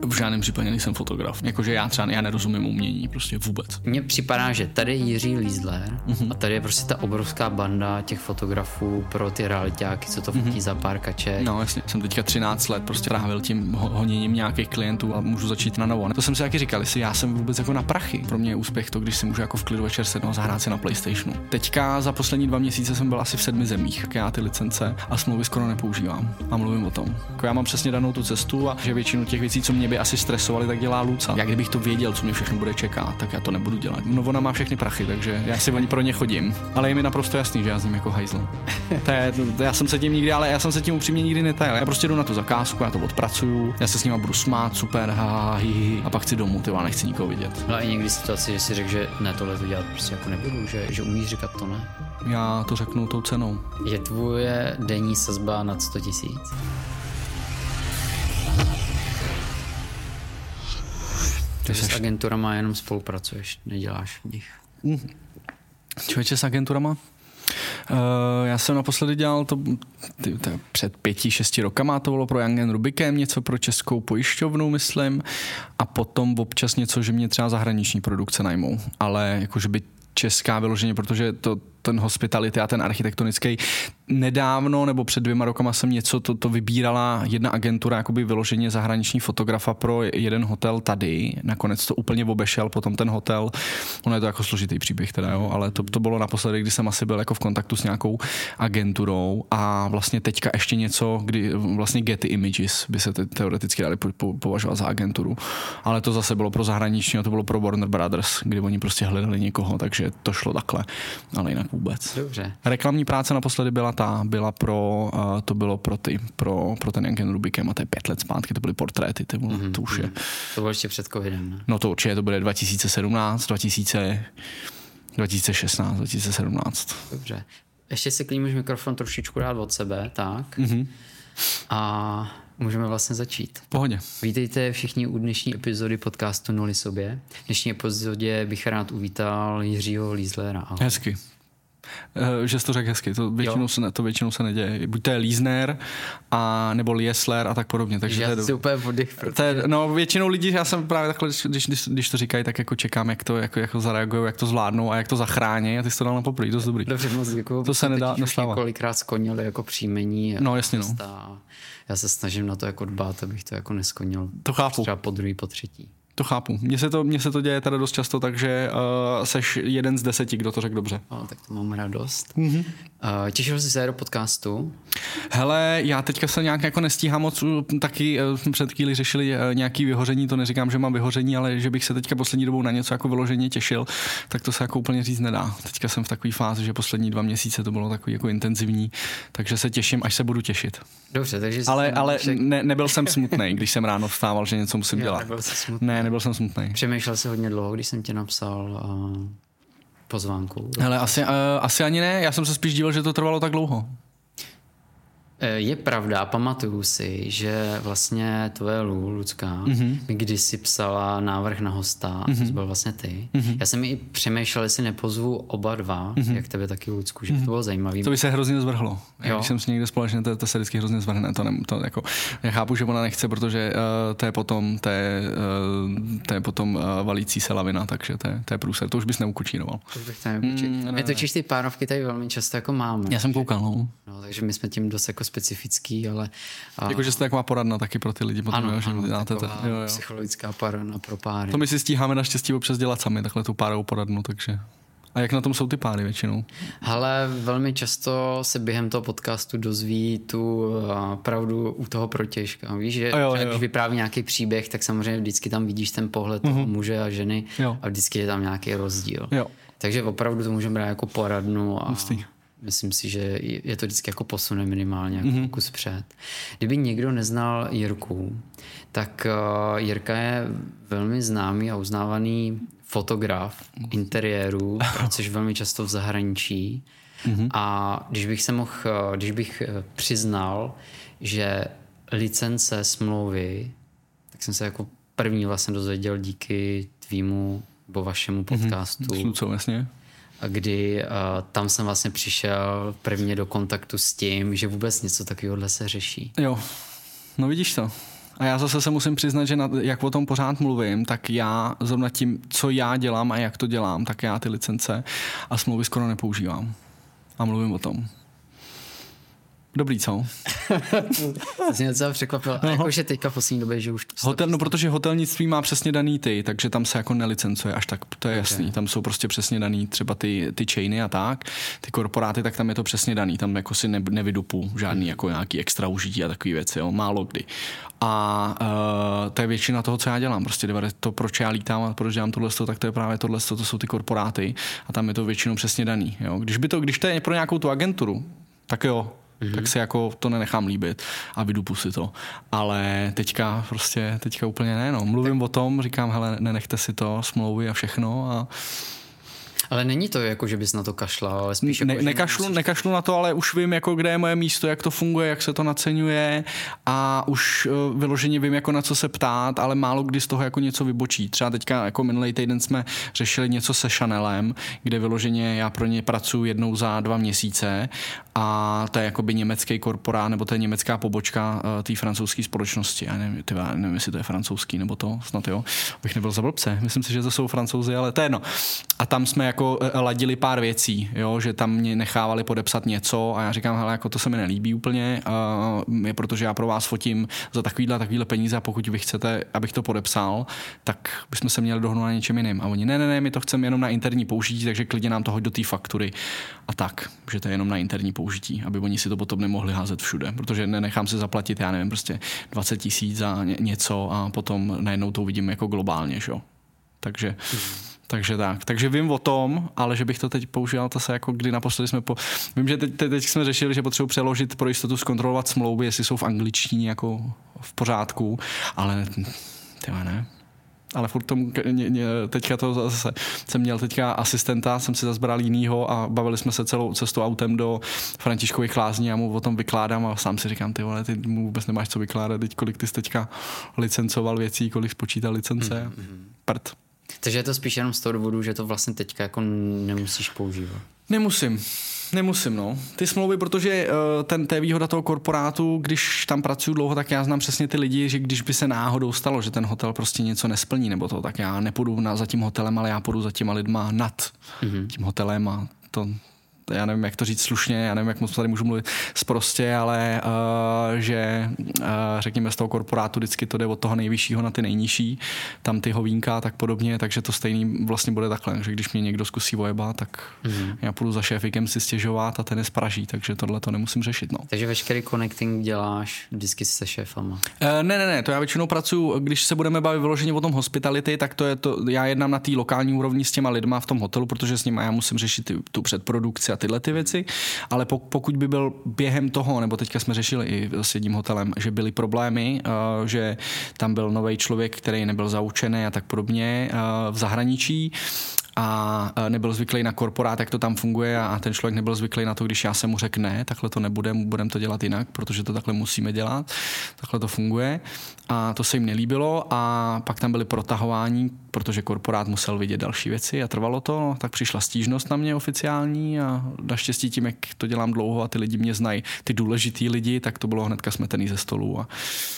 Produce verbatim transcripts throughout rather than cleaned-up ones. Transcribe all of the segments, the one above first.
V žádném případě nejsem fotograf. Jakože já třeba já nerozumím umění, prostě vůbec. Mně připadá, že tady je Jiří Lízler mm-hmm. a tady je prostě ta obrovská banda těch fotografů pro ty realitáky, co to fotí mm-hmm. za pár kaček. No jasně, jsem teďka třináct let prostě trávil tím honěním nějakých klientů a můžu začít na novo. To jsem si taky říkal, jestli já jsem vůbec jako na prachy. Pro mě je úspěch to, když si můžu jako v klidu večer sednout a zahrát si na PlayStationu. Teďka za poslední dva měsíce jsem byl asi v sedmi zemích, tak já ty licence a smlouvy skoro nepoužívám a mluvím o tom. Jako já mám přesně danou tu cestu a že většinu těch věcí, co mě by asi stresovali, tak dělá Luca. Jak kdybych to věděl, co mě všechno bude čekat, tak já to nebudu dělat. No ona má všechny prachy, takže já si ani pro ně chodím. Ale je mi naprosto jasný, že já s ním jako hajzl. To je, to, já jsem se tím nikdy, ale já jsem se tím upřímně nikdy netajil. Já prostě jdu na tu zakázku, já to odpracuju, já se s nima budu smát, super, ha, hi, hi, a pak chci domů, ty nechci nikoho vidět. Ale i někdy situace, že si řekl, že ne, tohle to dělat prostě jako nebudu, že, že umíš říkat to ne. Já to řeknu tou cenou. Je tvoje denní sazba nad sto tisíc? Takže s agenturama jenom spolupracuješ, neděláš v nich. Mm. Člověče, s agenturama? Uh, já jsem naposledy dělal to, ty, to před pěti, šesti rokama, to bylo pro Young and Rubikem, něco pro českou pojišťovnu, myslím, a potom občas něco, že mě třeba zahraniční produkce najmou, ale jakože by česká vyloženě, protože to ten hospitality a ten architektonický nedávno nebo před dvěma rokama jsem něco, to, to vybírala jedna agentura jakoby vyloženě zahraniční fotografa pro jeden hotel tady. Nakonec to úplně obešel potom ten hotel. Ono je to jako složitý příběh teda, jo, ale to, to bylo naposledy, kdy jsem asi byl jako v kontaktu s nějakou agenturou a vlastně teďka ještě něco, kdy vlastně Getty Images by se te, teoreticky dali po, po, považovat za agenturu. Ale to zase bylo pro zahraniční a to bylo pro Warner Brothers, kdy oni prostě hledali někoho, takže to šlo takhle. Ale jinak vůbec. Dobře. Reklamní práce naposledy byla ta, byla pro, uh, to bylo pro ty, pro, pro ten Young and Rubikem a to je pět let zpátky, to byly portréty, ty, mm-hmm. to už je. To bylo ještě před covidem, ne? No to určitě, to bude dva tisíce sedmnáct, dva tisíce, dva tisíce šestnáct, dva tisíce sedmnáct. Dobře. Ještě si klímíš mikrofon trošičku dát od sebe, tak? Mm-hmm. A můžeme vlastně začít. V pohodě. Vítejte všichni u dnešní epizody podcastu Nuly sobě. V dnešní epizodě bych rád uvítal Jiřího Lízlera. Ahoj. Hezky. Uh, že jsi to řekl hezky, to většinou, se ne, to většinou se neděje. Buď to je Lízner, a, nebo Liesler a tak podobně. Takže já to si úplně podych. To je, no většinou lidí, já jsem právě takhle, když, když, když to říkají, tak jako čekám, jak to jako, jako zareagují, jak to zvládnou a jak to zachrání a ty jsi to dal na poprvé, dost dobrý. Dobře, moc děkuju. To se nedá, nestává. Kolikrát skonili jako příjmení. No jasně no. Já se snažím na to jako dbát, abych to jako neskonil. To chápu. Třeba po druhý, po třetí. To chápu. Mně se to, mně se to děje teda dost často, takže uh, seš jeden z deseti, kdo to řekl dobře. O, tak to mám radost. Mm-hmm. Uh, těšil jsi se do podcastu? Hele, já teďka se nějak jako nestíhám moc, taky uh, před chvíli řešili uh, nějaký vyhoření, to neříkám, že mám vyhoření, ale že bych se teďka poslední dobou na něco jako vyloženě těšil, tak to se jako úplně říct nedá. Teďka jsem v takové fázi, že poslední dva měsíce to bylo takový jako intenzivní, takže se těším, až se budu těšit. Dobře, takže ale, ale však... ne, nebyl jsem smutnej, když jsem ráno vstával, že něco musím jo, dělat. Nebyl jsi smutný. Ne, nebyl jsem smutnej. Přemýšlel jsi hodně dlouho, když jsem ti napsal uh, pozvánku. Hele, asi, uh, asi ani ne, já jsem se spíš díval, že to trvalo tak dlouho. Je pravda, pamatuju si, že vlastně tvoje Lu, Lucka, mm-hmm. mi kdysi psala návrh na hosta, mm-hmm. to byl vlastně ty. Mm-hmm. Já jsem i přemýšlel, jestli nepozvu oba dva, mm-hmm. jak tebe taky Lucku, že mm-hmm. to bylo zajímavý. To by se hrozně zvrhlo. Jo. Když jsem s někde společně, to, to se vždycky hrozně zvrhne. To, ne, to jako, já chápu, že ona nechce, protože uh, to je potom, to je, uh, to je potom uh, valící se lavina, takže to je, to je průser. To už bys neukočíroval. To bych tam neukočil. Mm, My totiž ty párovky tady velmi často jako máme. Já jsem koukal, no. no. Takže my jsme tím dost jako specifický, ale... A... Jakože jste taková poradna taky pro ty lidi. Potom, ano, jo, že ano dáte taková to, jo, jo. psychologická poradna pro páry. To my si stíháme naštěstí občas dělat sami, takhle tu párovou poradnu, takže... A jak na tom jsou ty páry většinou? Hele, velmi často se během toho podcastu dozví tu uh, pravdu u toho protěžka. Víš, že jo, jo. když vypráví nějaký příběh, tak samozřejmě vždycky tam vidíš ten pohled mm-hmm. toho muže a ženy jo. a vždycky je tam nějaký rozdíl. Jo. Takže opravdu to můžeme brát jako poradnu a Pustý. Myslím si, že je to vždycky jako posune minimálně jako mm-hmm. kus před. Kdyby někdo neznal Jirku, tak uh, Jirka je velmi známý a uznávaný fotograf interiérů, pracuješ velmi často v zahraničí. Mm-hmm. A když bych se mohl, když bych přiznal, že licence, smlouvy, tak jsem se jako první vlastně dozvěděl díky tvýmu nebo vašemu podcastu. Mm-hmm. S Lucou, jasně. Kdy uh, tam jsem vlastně přišel prvně do kontaktu s tím, že vůbec něco takového se řeší. Jo, no vidíš to. A já zase se musím přiznat, že na, jak o tom pořád mluvím, tak já zrovna tím, co já dělám a jak to dělám, tak já ty licence a smlouvy skoro nepoužívám. A mluvím o tom. Dobrý, co? To jsi něco překvapil. A jakože teďka v poslední době, že už... Hotel, no protože hotelnictví má přesně daný ty, takže tam se jako nelicencuje až tak, to je jasný. Okay. Tam jsou prostě přesně daný třeba ty, ty chainy a tak, ty korporáty, tak tam je to přesně daný. Tam jako si ne, nevydupu žádný jako nějaký extra užití a takové věci, jo, málo kdy. A uh, to je většina toho, co já dělám. Prostě to, proč já lítám a proč dělám tohle, tak to je právě tohle, to jsou ty korporáty a tam je to většinou přesně daný. Jo. Když by to, když to je pro nějakou tu agenturu, tak jo, mm-hmm. tak se jako to nenechám líbit a vydupu si to. Ale teďka prostě, teďka úplně ne, no. Mluvím tak. o tom, říkám, hele, nenechte si to, smlouvy a všechno a ale není to jako, že bys na to kašlal, ale spíš jako, ne, nekašlu, musíš... nekašlu na to, ale už vím, jako, kde je moje místo, jak to funguje, jak se to naceňuje a už uh, vyloženě vím, jako na co se ptát, ale málo kdy z toho jako něco vybočí. Třeba teďka jako minulý týden jsme řešili něco se Chanelem, kde vyloženě já pro ně pracuji jednou za dva měsíce a to je jakoby německý korporát, nebo to je německá pobočka uh, té francouzské společnosti. Já nevím, tyva, nevím, jestli to je francouzský, nebo to snad jo, bych nebyl za blbce. Myslím si, že to jsou Francouzi, ale to je jedno. A tam jsme jako ladili pár věcí, jo, že tam mě nechávali podepsat něco a já říkám, hele, jako to se mi nelíbí úplně, uh, je protože já pro vás fotím za takovýhle takovýhle peníze a pokud vy chcete, abych to podepsal, tak bychom se měli dohodnout na něčem jiným. A oni, ne, ne, ne, my to chceme jenom na interní použití, takže klidně nám to hoď do té faktury. A tak, že to je jenom na interní použití, aby oni si to potom nemohli házet všude, protože nenechám si zaplatit, já nevím, prostě dvacet tisíc za ně, něco a potom najednou to uvidím jako globálně, že jo. Takže Takže tak. Takže vím o tom, ale že bych to teď používal, to se jako kdy naposledy jsme po... Vím, že teď, teď jsme řešili, že potřebuji přeložit pro jistotu, zkontrolovat smlouvy, jestli jsou v angličtině jako v pořádku, ale tyhle ne. Ale furt tomu, teďka to zase, jsem měl teďka asistenta, jsem si zazbral jinýho a bavili jsme se celou cestu autem do Františkových Lázní a mu o tom vykládám a sám si říkám, ty vole, ty mu vůbec nemáš co vykládat, teď kolik ty jsi teďka licencoval věcí, kolik spočítal licence, mm-hmm. prd. Takže je to spíš jenom z toho důvodu, že to vlastně teďka jako nemusíš používat. Nemusím. Nemusím, no. Ty smlouvy, protože uh, ten, to je výhoda toho korporátu, když tam pracuju dlouho, tak já znám přesně ty lidi, že když by se náhodou stalo, že ten hotel prostě něco nesplní nebo to, tak já nepůjdu na, za tím hotelem, ale já půjdu za těma lidma nad mm-hmm. tím hotelem a to... já nevím, jak to říct slušně, já nevím, jak moc tady můžu mluvit sprostě, ale uh, že uh, řekněme z toho korporátu vždycky to jde od toho nejvyššího na ty nejnižší, tam ty hovínka a tak podobně, takže to stejný vlastně bude takhle, že když mě někdo zkusí vojebat, tak mm-hmm. já půjdu za šéfikem si stěžovat a ten je spraží, takže tohle to nemusím řešit. No. Takže veškerý connecting děláš vždycky se šéfama? Uh, ne, ne, ne, to já většinou pracuji, když se budeme bavit vyloženě o tom hospitality, tak to je to, já jednám na té lokální úrovni s těma lidma v tom hotelu, protože s nimi já musím řešit ty, tu předprodukci a tyhle ty věci, ale pokud by byl během toho, nebo teďka jsme řešili i s jedním hotelem, že byly problémy, že tam byl nový člověk, který nebyl zaučený a tak podobně v zahraničí a nebyl zvyklý na korporát, jak to tam funguje a ten člověk nebyl zvyklý na to, když já se mu řeknu ne, takhle to nebudem, budeme to dělat jinak, protože to takhle musíme dělat, takhle to funguje a to se jim nelíbilo a pak tam byly protahování, protože korporát musel vidět další věci a trvalo to, no, tak přišla stížnost na mě oficiální a naštěstí tím, jak to dělám dlouho a ty lidi mě znají, ty důležitý lidi, tak to bylo hnedka smetený ze stolu a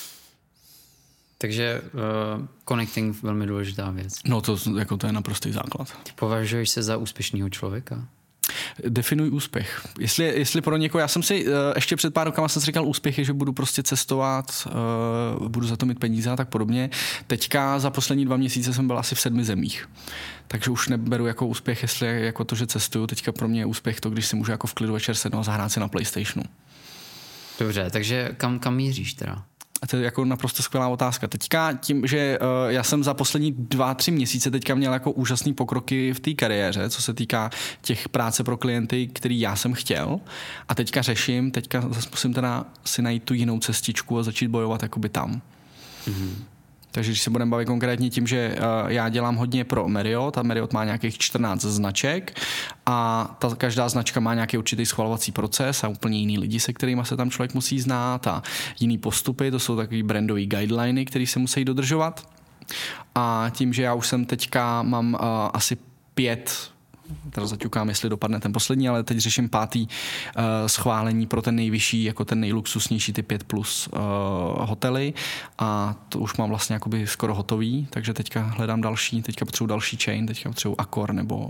takže uh, connecting velmi důležitá věc. No to, jako to je naprostý základ. Považuješ se za úspěšného člověka? Definuj úspěch. Jestli, jestli pro někoho, já jsem si uh, ještě před pár rokama jsem si říkal úspěch je, že budu prostě cestovat, uh, budu za to mít peníze a tak podobně. Teďka za poslední dva měsíce jsem byl asi v sedmi zemích. Takže už neberu jako úspěch, jestli jako to, že cestuju. Teďka pro mě je úspěch to, když si můžu jako v klidu večer sednout a zahrát si na PlayStationu. Dobře, takže kam, kam míříš teda? A to je jako naprosto skvělá otázka. Teďka tím, že uh, já jsem za poslední dva, tři měsíce teďka měl jako úžasný pokroky v té kariéře, co se týká těch práce pro klienty, který já jsem chtěl. A teďka řeším, teďka zase musím teda si najít tu jinou cestičku a začít bojovat jakoby tam. Mm-hmm. Takže když se budeme bavit konkrétně tím, že uh, já dělám hodně pro Marriott a Marriott má nějakých čtrnáct značek a ta každá značka má nějaký určitý schvalovací proces a úplně jiný lidi, se kterými se tam člověk musí znát a jiný postupy, to jsou takový brandový guideliny, které se musí dodržovat. A tím, že já už jsem teďka mám uh, asi pět Teda zaťukám, jestli dopadne ten poslední, ale teď řeším pátý uh, schválení pro ten nejvyšší, jako ten nejluxusnější, ty pět plus uh, hotely a to už mám vlastně jakoby skoro hotový, takže teďka hledám další, teďka potřebuji další chain, teďka potřebuji Accor nebo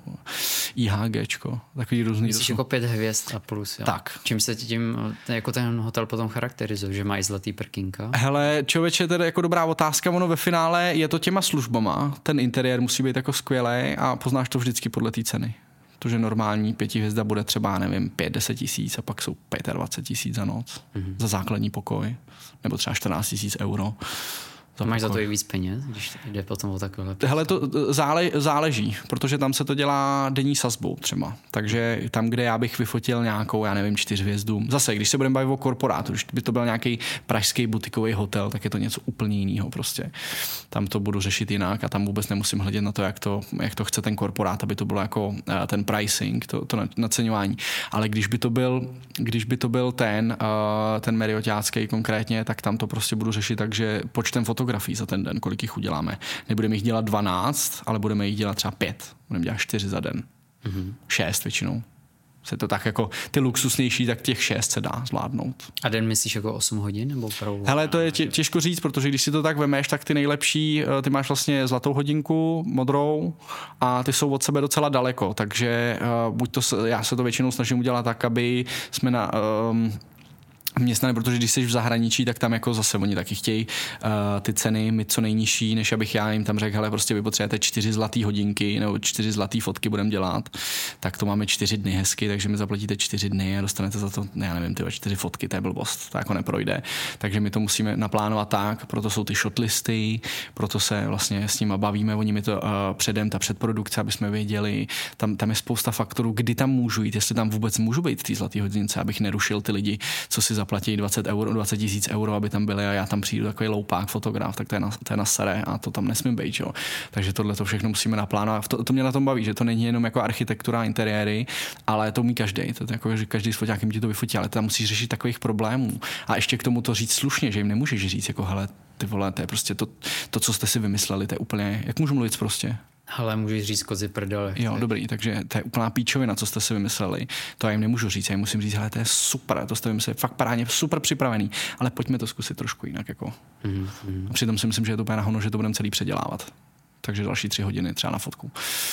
IHGčko, takový různý. Myslíš jako pět hvězd a plus, jo? Tak. Čím se tím jako ten hotel potom charakterizuje, že má i zlatý prkínka? Hele, člověče, teda jako dobrá otázka, ono ve finále je to těma službama, ten interiér musí být jako skvělý a poznáš to vždycky podle té ceny. Protože normální pětihvězda bude třeba, nevím, pět, deset tisíc a pak jsou dvacet pět tisíc za noc mm-hmm. za základní pokoj, nebo třeba čtrnáct tisíc euro. Za Máš pokoj. Za to i víc peněz, když jde potom o takové? Hele, to zále, záleží, protože tam se to dělá denní sazbou třeba. Takže tam, kde já bych vyfotil nějakou, já nevím, čtyřhvězdu. Zase, když se budeme bavit o korporátu, když by to byl nějaký pražský butikový hotel, tak je to něco úplně jiného prostě. Tam to budu řešit jinak a tam vůbec nemusím hledět na to, jak to, jak to chce ten korporát, aby to bylo jako ten pricing, to, to naceňování. Ale když by to byl, když by to byl ten, ten Marriotácký konkrétně, tak tam to prostě budu řešit tak, že počtem fotografií za ten den, kolik jich uděláme. Nebudeme jich dělat dvanáct, ale budeme jich dělat třeba pět. Budeme dělat čtyři za den. Mm-hmm. Šest většinou. Se to tak jako ty luxusnější, tak těch šest se dá zvládnout. A den myslíš jako osm hodin? Nebo opravdu? Hele, to je tě, těžko říct, protože když si to tak vemeš, tak ty nejlepší, ty máš vlastně zlatou hodinku, modrou a ty jsou od sebe docela daleko, takže uh, buď to, já se to většinou snažím udělat tak, aby jsme na... Um, městnané, protože když jsi v zahraničí, tak tam jako zase oni taky chtějí uh, ty ceny mít co nejnižší, než abych já jim tam řekl, hele, prostě vy potřebujete čtyři zlatý hodinky nebo čtyři zlatý fotky budeme dělat, tak to máme čtyři dny hezky, takže mi zaplatíte čtyři dny a dostanete za to, já nevím, ty čtyři fotky, to je blbost, to jako neprojde. Takže my to musíme naplánovat tak, proto jsou ty shotlisty, proto se vlastně s nima bavíme, oni mi to uh, předem, ta předprodukce, aby jsme věděli, tam, tam je spousta faktorů, kdy tam můžu jít, jestli tam vůbec můžu být v té zlatý hodince, abych nerušil ty lidi, co si zaplatí dvacet euro, dvacet tisíc euro, aby tam byli a já tam přijdu takový loupák, fotograf, tak to je na, to je na staré a to tam nesmím být, jo. Takže tohle to všechno musíme naplánovat. To, to mě na tom baví, že to není jenom jako architektura, interiéry, ale to umí každý. To je jako, že každý s foťákem ti to vyfotí, ale tam musíš řešit takových problémů. A ještě k tomu to říct slušně, že jim nemůžeš říct, jako hele, ty vole, to je prostě to, to, co jste si vymysleli, to je úplně, jak můžu mluvit prostě? Ale můžeš říct kozy prdele. Jo, dobrý, takže to je úplná píčovina, co jste si vymysleli. To já jim nemůžu říct, já jim musím říct, hele, to je super, to jste vymysleli, fakt parádně, super připravený, ale pojďme to zkusit trošku jinak. Jako. Mm-hmm. A přitom si myslím, že je to úplně nahono, že to budeme celý předělávat. Takže další tři hodiny třeba na fotku.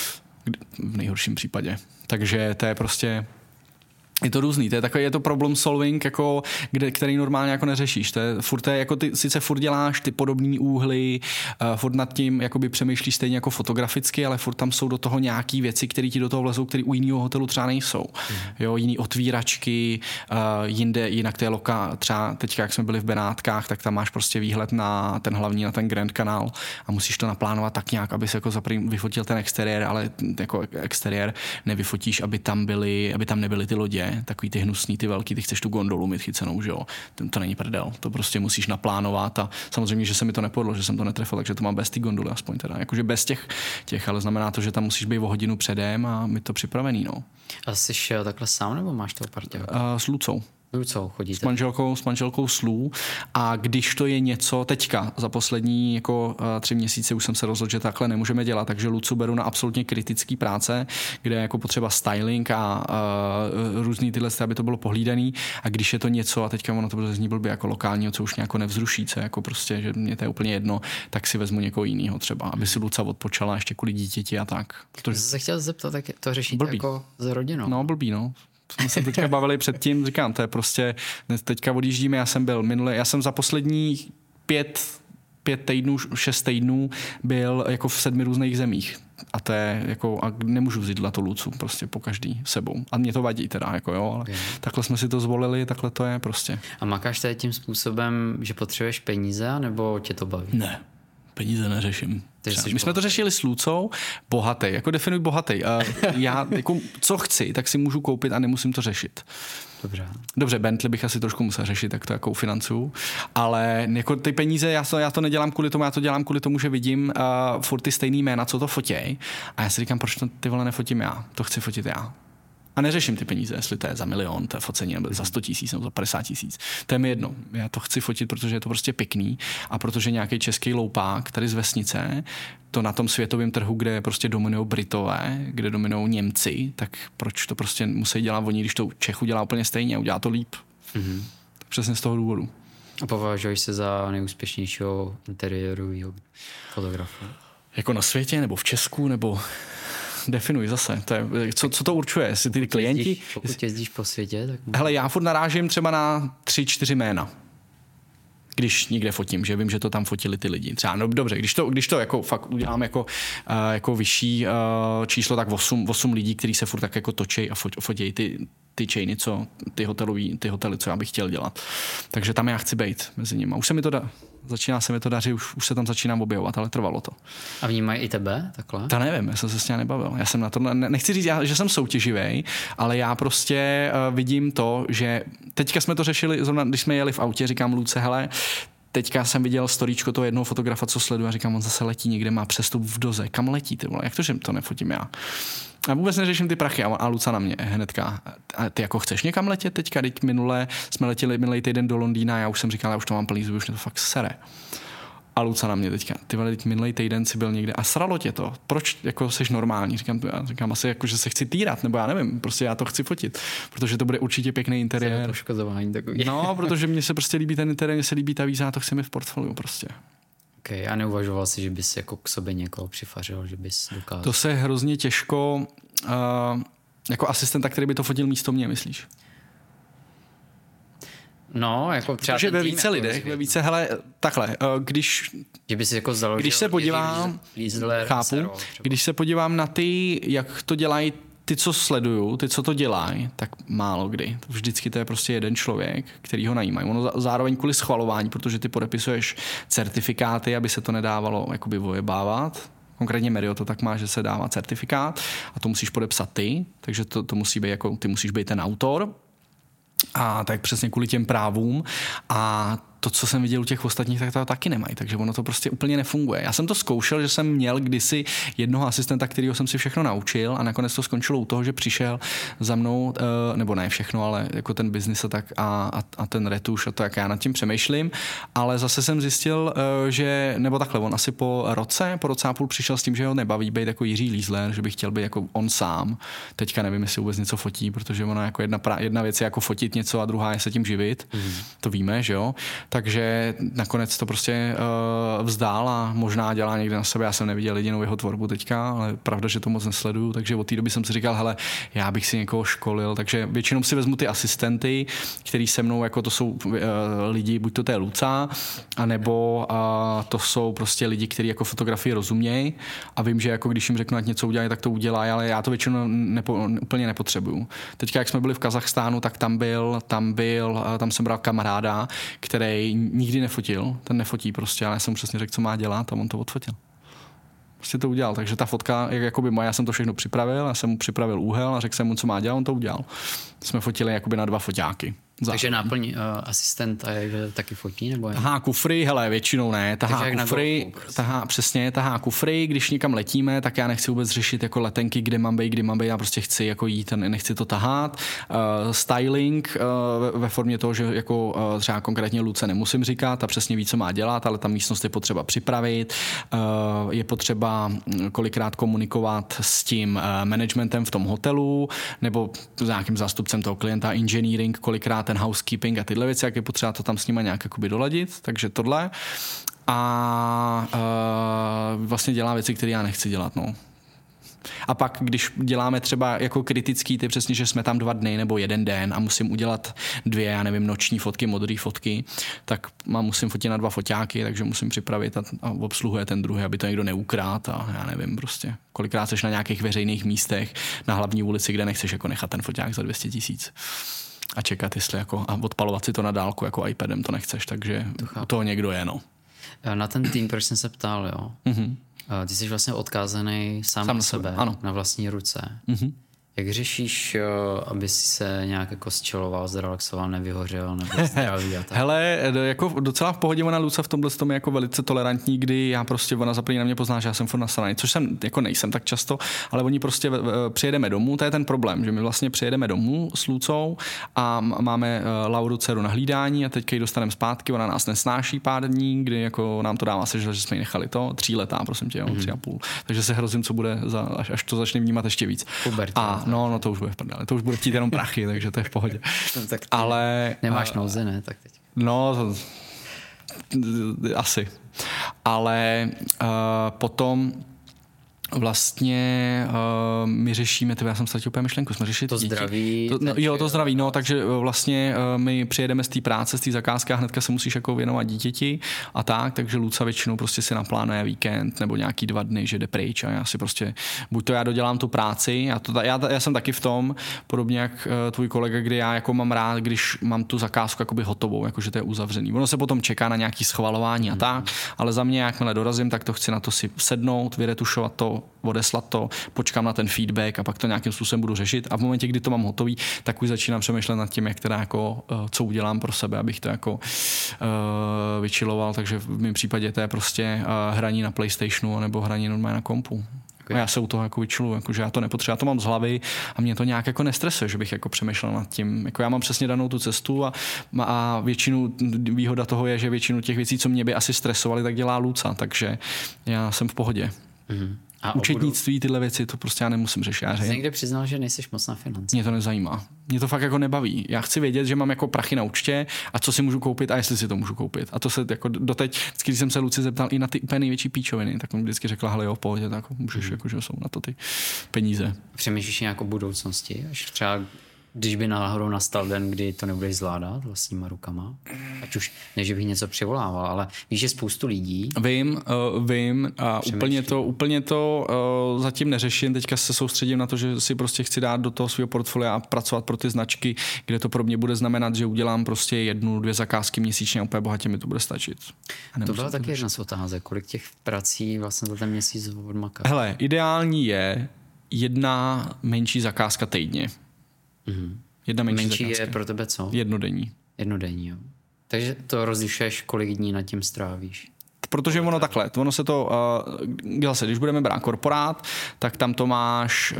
V nejhorším případě. Takže to je prostě... Je to různý, to je takový, je to problem solving, jako, kde, který normálně jako neřešíš. To je, furt je, jako ty sice furt děláš ty podobný úhly, uh, furt nad tím jakoby přemýšlíš stejně jako fotograficky, ale furt tam jsou do toho nějaký věci, které ti do toho vlezou, které u jiného hotelu třeba nejsou. Mm. Jo, jiný otvíračky, uh, jinde, jinak to je loka, třeba teďka, jak jsme byli v Benátkách, tak tam máš prostě výhled na ten hlavní, na ten Grand Canal a musíš to naplánovat tak nějak, aby se jako zaprým vyfotil ten exteriér, ale jako exteriér nevyfotíš, aby tam byly, aby tam nebyly ty lodě. Takový ty hnusný, ty velký, ty chceš tu gondolu mít chycenou, že jo. To, to není prdel, to prostě musíš naplánovat a samozřejmě, že se mi to nepodlo, že jsem to netrefil, takže to mám bez ty gondoly aspoň teda, jakože bez těch, těch, ale znamená to, že tam musíš být o hodinu předem a mít to připravený, no. A jsi šel takhle sám, nebo máš toho parťáka? Uh, s Lucou. Lucou chodíte? S manželkou, s manželkou Slů a když to je něco, teďka za poslední jako uh, tři měsíce už jsem se rozhodl, že takhle nemůžeme dělat, takže Lucu beru na absolutně kritický práce, kde je jako potřeba styling a uh, různý tyhle, aby to bylo pohlídaný a když je to něco a teďka ono to bude zní blbě jako lokálního, co už nějako nevzruší, co jako prostě, že mě to je úplně jedno, tak si vezmu někoho jiného třeba, aby si Luca odpočala ještě kvůli dítěti a tak. Protože... Jsem se chtěl zeptat, tak to řešíte blbý. Jako s rodinou? No, blbý, no. Jsme se teďka bavili předtím, říkám, to je prostě, teďka odjíždíme, já jsem byl minule, já jsem za poslední pět, pět týdnů, šest týdnů byl jako v sedmi různých zemích. A to je jako, a nemůžu vzít na to Lucu prostě po každý sebou. A mě to vadí teda, jako jo, ale okay. Takhle jsme si to zvolili, takhle to je prostě. A makáš tady tím způsobem, že potřebuješ peníze, nebo tě to baví? Ne. Peníze neřeším. My jsme to řešili s Lucou, bohatý, jako definuj bohatý. Já jako, co chci, tak si můžu koupit a nemusím to řešit. Dobře. Dobře, Bentley bych asi trošku musel řešit, tak to jako financuju, ale jako ty peníze, já to, já to nedělám kvůli tomu, já to dělám kvůli tomu, že vidím uh, furt ty stejný jména, co to fotěj a já si říkám, proč to ty vole nefotím já, to chci fotit já. A A neřeším ty peníze, jestli to je za milion, to je focení, nebo za sto tisíc, nebo za padesát tisíc. To je mi jedno. Já to chci fotit, protože je to prostě pěkný a protože nějaký český loupák tady z vesnice, to na tom světovém trhu, kde prostě dominují Britové, kde dominují Němci, tak proč to prostě musí dělat oni, když to Čechu dělá úplně stejně a udělá to líp. Mm-hmm. Přesně z toho důvodu. A považuješ se za nejúspěšnějšího interiérového fotografa? Jako na světě, nebo v Česku, nebo definuj zase. To je, co, co to určuje? Jestli ty pokud klienti... Jezdíš, pokud jezdíš po světě, tak... Hele, já furt narážím třeba na tři, čtyři jména. Když někde fotím, že vím, že to tam fotili ty lidi. Třeba, no dobře, když to, když to jako fakt udělám jako, uh, jako vyšší uh, číslo, tak osm, osm lidí, kteří se furt tak jako točí a fot, fotějí ty, ty chainy, co, ty, hotelový, ty hotely, co já bych chtěl dělat. Takže tam já chci být mezi nimi. Už se mi to da, začíná se mi to dařit, už, už se tam začínám objevovat, ale trvalo to. A vnímají i tebe takhle? To nevím, já jsem se s tím nebavil. Já jsem na to, ne, nechci říct, já, že jsem soutěživý, ale já prostě uh, vidím to, že teďka jsme to řešili, zrovna když jsme jeli v autě, říkám Luce, hele, teďka jsem viděl storíčko toho jednoho fotografa, co sleduje a říkám, on zase letí někde, má přestup v Doze. Kam letí, ty vole? Jak to, že to nefotím já? A vůbec neřeším ty prachy a Luca na mě hnedka. A ty jako chceš někam letět teďka? Teď minule jsme letěli minulý týden do Londýna, já už jsem říkal, já už to mám plný zuby, už mě to fakt sere. A Luca na mě teďka, ty vole, teď minulý týden si byl někde a sralo tě to. Proč jako seš normální? Říkám, já říkám asi jako, že se chci týrat, nebo já nevím, prostě já to chci fotit, protože to bude určitě pěkný interiér. Poškozování takový. No, protože mně se prostě líbí ten interiér, mně se líbí ta víza, to chci mi v portfoliu prostě. Okay, a neuvažoval jsi, že bys jako k sobě někoho přifařil, že bys dokázal? To se hrozně těžko, uh, jako asistenta, který by to fotil místo mě, myslíš? No, jako třeba protože ve více jako lidech, ve více, hele, takhle, když, že by si jako založil, když se podívám, Liesler, chápu, Sero, když se podívám na ty, jak to dělají ty, co sleduju, ty, co to dělají, tak málo kdy. Vždycky to je prostě jeden člověk, který ho najímají. Ono zároveň kvůli schvalování, protože ty podepisuješ certifikáty, aby se to nedávalo jakoby vojebávat. Konkrétně Merio to tak má, že se dává certifikát a to musíš podepsat ty, takže to, to musí být jako, ty musíš být ten autor. A tak přesně kvůli těm právům a to, co jsem viděl u těch ostatních, tak to taky nemají, takže ono to prostě úplně nefunguje. Já jsem to zkoušel, že jsem měl kdysi jednoho asistenta, kterýho jsem si všechno naučil a nakonec to skončilo u toho, že přišel za mnou, nebo ne všechno, ale jako ten biznis a tak a, a, a ten retuš a to, jak já nad tím přemýšlím, ale zase jsem zjistil, že, nebo takhle, on asi po roce, po roce a půl přišel s tím, že ho nebaví být jako Jiří Liesler, že by chtěl být jako on sám. Teďka nevím, jestli vůbec něco fotí, protože ona jako jedna, jedna věc je jako fotit něco a druhá je se tím živit. Mm. To víme, že jo. Takže nakonec to prostě uh, vzdál a možná dělá někde na sebe. Já jsem neviděl jedinou jeho tvorbu teďka, ale pravda, že to moc nesleduju, takže od té doby jsem si říkal, hele, já bych si někoho školil, takže většinou si vezmu ty asistenty, který se mnou, jako to jsou uh, lidi, buď to je Luca, anebo uh, to jsou prostě lidi, kteří jako fotografii rozumějí a vím, že jako když jim řeknu, ať něco udělají, tak to udělají, ale já to většinou nepo, úplně nepotřebuju. Teďka, jak jsme byli v Kazachstánu, tak tam byl, tam byl, uh, tam jsem bral kamaráda, který nikdy nefotil, ten nefotí prostě, ale já jsem mu přesně řekl, co má dělat a on to odfotil. Prostě to udělal, takže ta fotka, jak jakoby moje, já jsem to všechno připravil, já jsem mu připravil úhel a řekl jsem mu, co má dělat, on to udělal. Jsme fotili jakoby na dva foťáky. Za. Takže náplň uh, asistenta je, že taky fotí? Nebo je? Tahá kufry, hele, většinou ne. Tahá kufry, tahá, přesně, tahá kufry, když někam letíme, tak já nechci vůbec řešit jako letenky, kde mám být, kdy mám být, já prostě chci jako jít, nechci to tahat. Uh, styling uh, ve formě toho, že jako uh, třeba konkrétně Luce nemusím říkat a přesně ví, co má dělat, ale ta místnost je potřeba připravit, uh, je potřeba kolikrát komunikovat s tím uh, managementem v tom hotelu, nebo s nějakým zástupcem toho klienta, engineering, kolikrát ten housekeeping a tyhle věci, jak je potřeba to tam s nima nějak jakoby doladit, takže tohle. A uh, vlastně dělá věci, které já nechci dělat, no. A pak, když děláme třeba jako kritický, ty přesně, že jsme tam dva dny nebo jeden den a musím udělat dvě, já nevím, noční fotky, modré fotky, tak mám, musím fotit na dva foťáky, takže musím připravit a, a obsluhuje ten druhý, aby to někdo neukrát a já nevím prostě. Kolikrát seš na nějakých veřejných místech, na hlavní ulici, kde nechceš jako nechat ten foťák za dvě stě tisíc. A čekat, jestli jako, a odpalovat si to na dálku jako iPadem to nechceš, takže to, to někdo je, no. Na ten tým, proč jsem se ptal, jo? Mm-hmm. Ty jsi vlastně odkázaný sám, sám na sebe, ano. Na vlastní ruce. Mm-hmm. Jak řešíš, aby si se nějak jako zčiloval, zrelaxoval, nevyhořel, nebo zdravý a tak? Hele, jako docela v pohodě, ona Luca v tomhle tom je jako velice tolerantní, kdy já prostě, ona za první na mě pozná, že já jsem furt nasraný, což jsem jako nejsem tak často, ale oni prostě přijedeme domů, to je ten problém, že my vlastně přijedeme domů s Lucou a máme Lauru dceru na hlídání a teďka ji dostaneme zpátky, ona nás nesnáší pár dní, kdy jako nám to dává se, že jsme ji nechali to, tříletá, prosím tě, jo, mm-hmm. tři a půl, takže se hrozím, co bude, za, až, až to začne vnímat ještě víc. A no, no to už bude v prdele, to už bude chtít jenom prachy, takže to je v pohodě. No, tak ale nemáš nouze, ne? Tak teď. No, asi. Ale uh, potom vlastně uh, my řešíme, tebe, já jsem ztratil úplně myšlenku, jsme řešili to děti. zdraví. To, no, jo, to zdraví, no, takže vlastně uh, my přijedeme z té práce, z té zakázky a hnedka se musíš jako věnovat dítěti a tak, takže Luca většinou prostě si naplánuje víkend nebo nějaký dva dny, že jde pryč a já si prostě, buď to já dodělám tu práci, já, to, já, já jsem taky v tom, podobně jak uh, tvůj kolega, kdy já jako mám rád, když mám tu zakázku jakoby hotovou, jakože to je uzavřený. Ono se potom čeká na nějaký schvalování hmm. a tak, ale za mě, jakmile dorazím, tak to chci na to si sednout, vyretušovat to, odeslat to, počkám na ten feedback a pak to nějakým způsobem budu řešit a v momentě, kdy to mám hotový, tak už začínám přemýšlet nad tím, jak teda jako, co udělám pro sebe, abych to jako uh, vyčiloval, takže v mém případě to je prostě uh, hraní na PlayStationu nebo hraní normálně na kompu. Okay. A já se u toho jako vyčiluju, jako, že já to nepotřebuji, já to mám z hlavy a mě to nějak jako nestresuje, že bych jako přemýšlel nad tím. Jako já mám přesně danou tu cestu a, a většinu, výhoda toho je, že většinu těch věcí, co mě by asi stresovaly, tak dělá Luca, takže já jsem v pohodě. Mm-hmm. A účetnictví, tyhle věci, to prostě já nemusím řešit. Já jsi někde přiznal, že nejsi moc na finance. Mě to nezajímá. Mě to fakt jako nebaví. Já chci vědět, že mám jako prachy na účtě a co si můžu koupit a jestli si to můžu koupit. A to se jako doteď, vždycky, když jsem se Luci zeptal i na ty úplně největší píčoviny, tak on vždycky řekla, hele jo, v pohodě, tak můžeš, mm. jako, že jsou na to ty peníze. Přemýšlíš nějak o budoucnosti? Až třeba když by náhodou nastal den, kdy to nebudeš zvládat vlastníma rukama, ať už ne, že bych něco přivolával, ale víš, že spoustu lidí... Vím, uh, vím a úplně to, úplně to uh, zatím neřeším, teďka se soustředím na to, že si prostě chci dát do toho svého portfolia a pracovat pro ty značky, kde to pro mě bude znamenat, že udělám prostě jednu, dvě zakázky měsíčně a úplně bohatě mi to bude stačit. To byla taky jedna z otázek, kolik těch prací vlastně za ten měsíc odmakat? Hele, ideální je jedna menší zakázka týdně. Mm-hmm. Jedna menší, menší zakázka. Je pro tebe co? Jednodenní. Jednodenní, jo. Takže to rozlišuješ, kolik dní nad tím strávíš. Protože ono takhle, ono se to, uh, zase, když budeme brát korporát, tak tam to máš uh,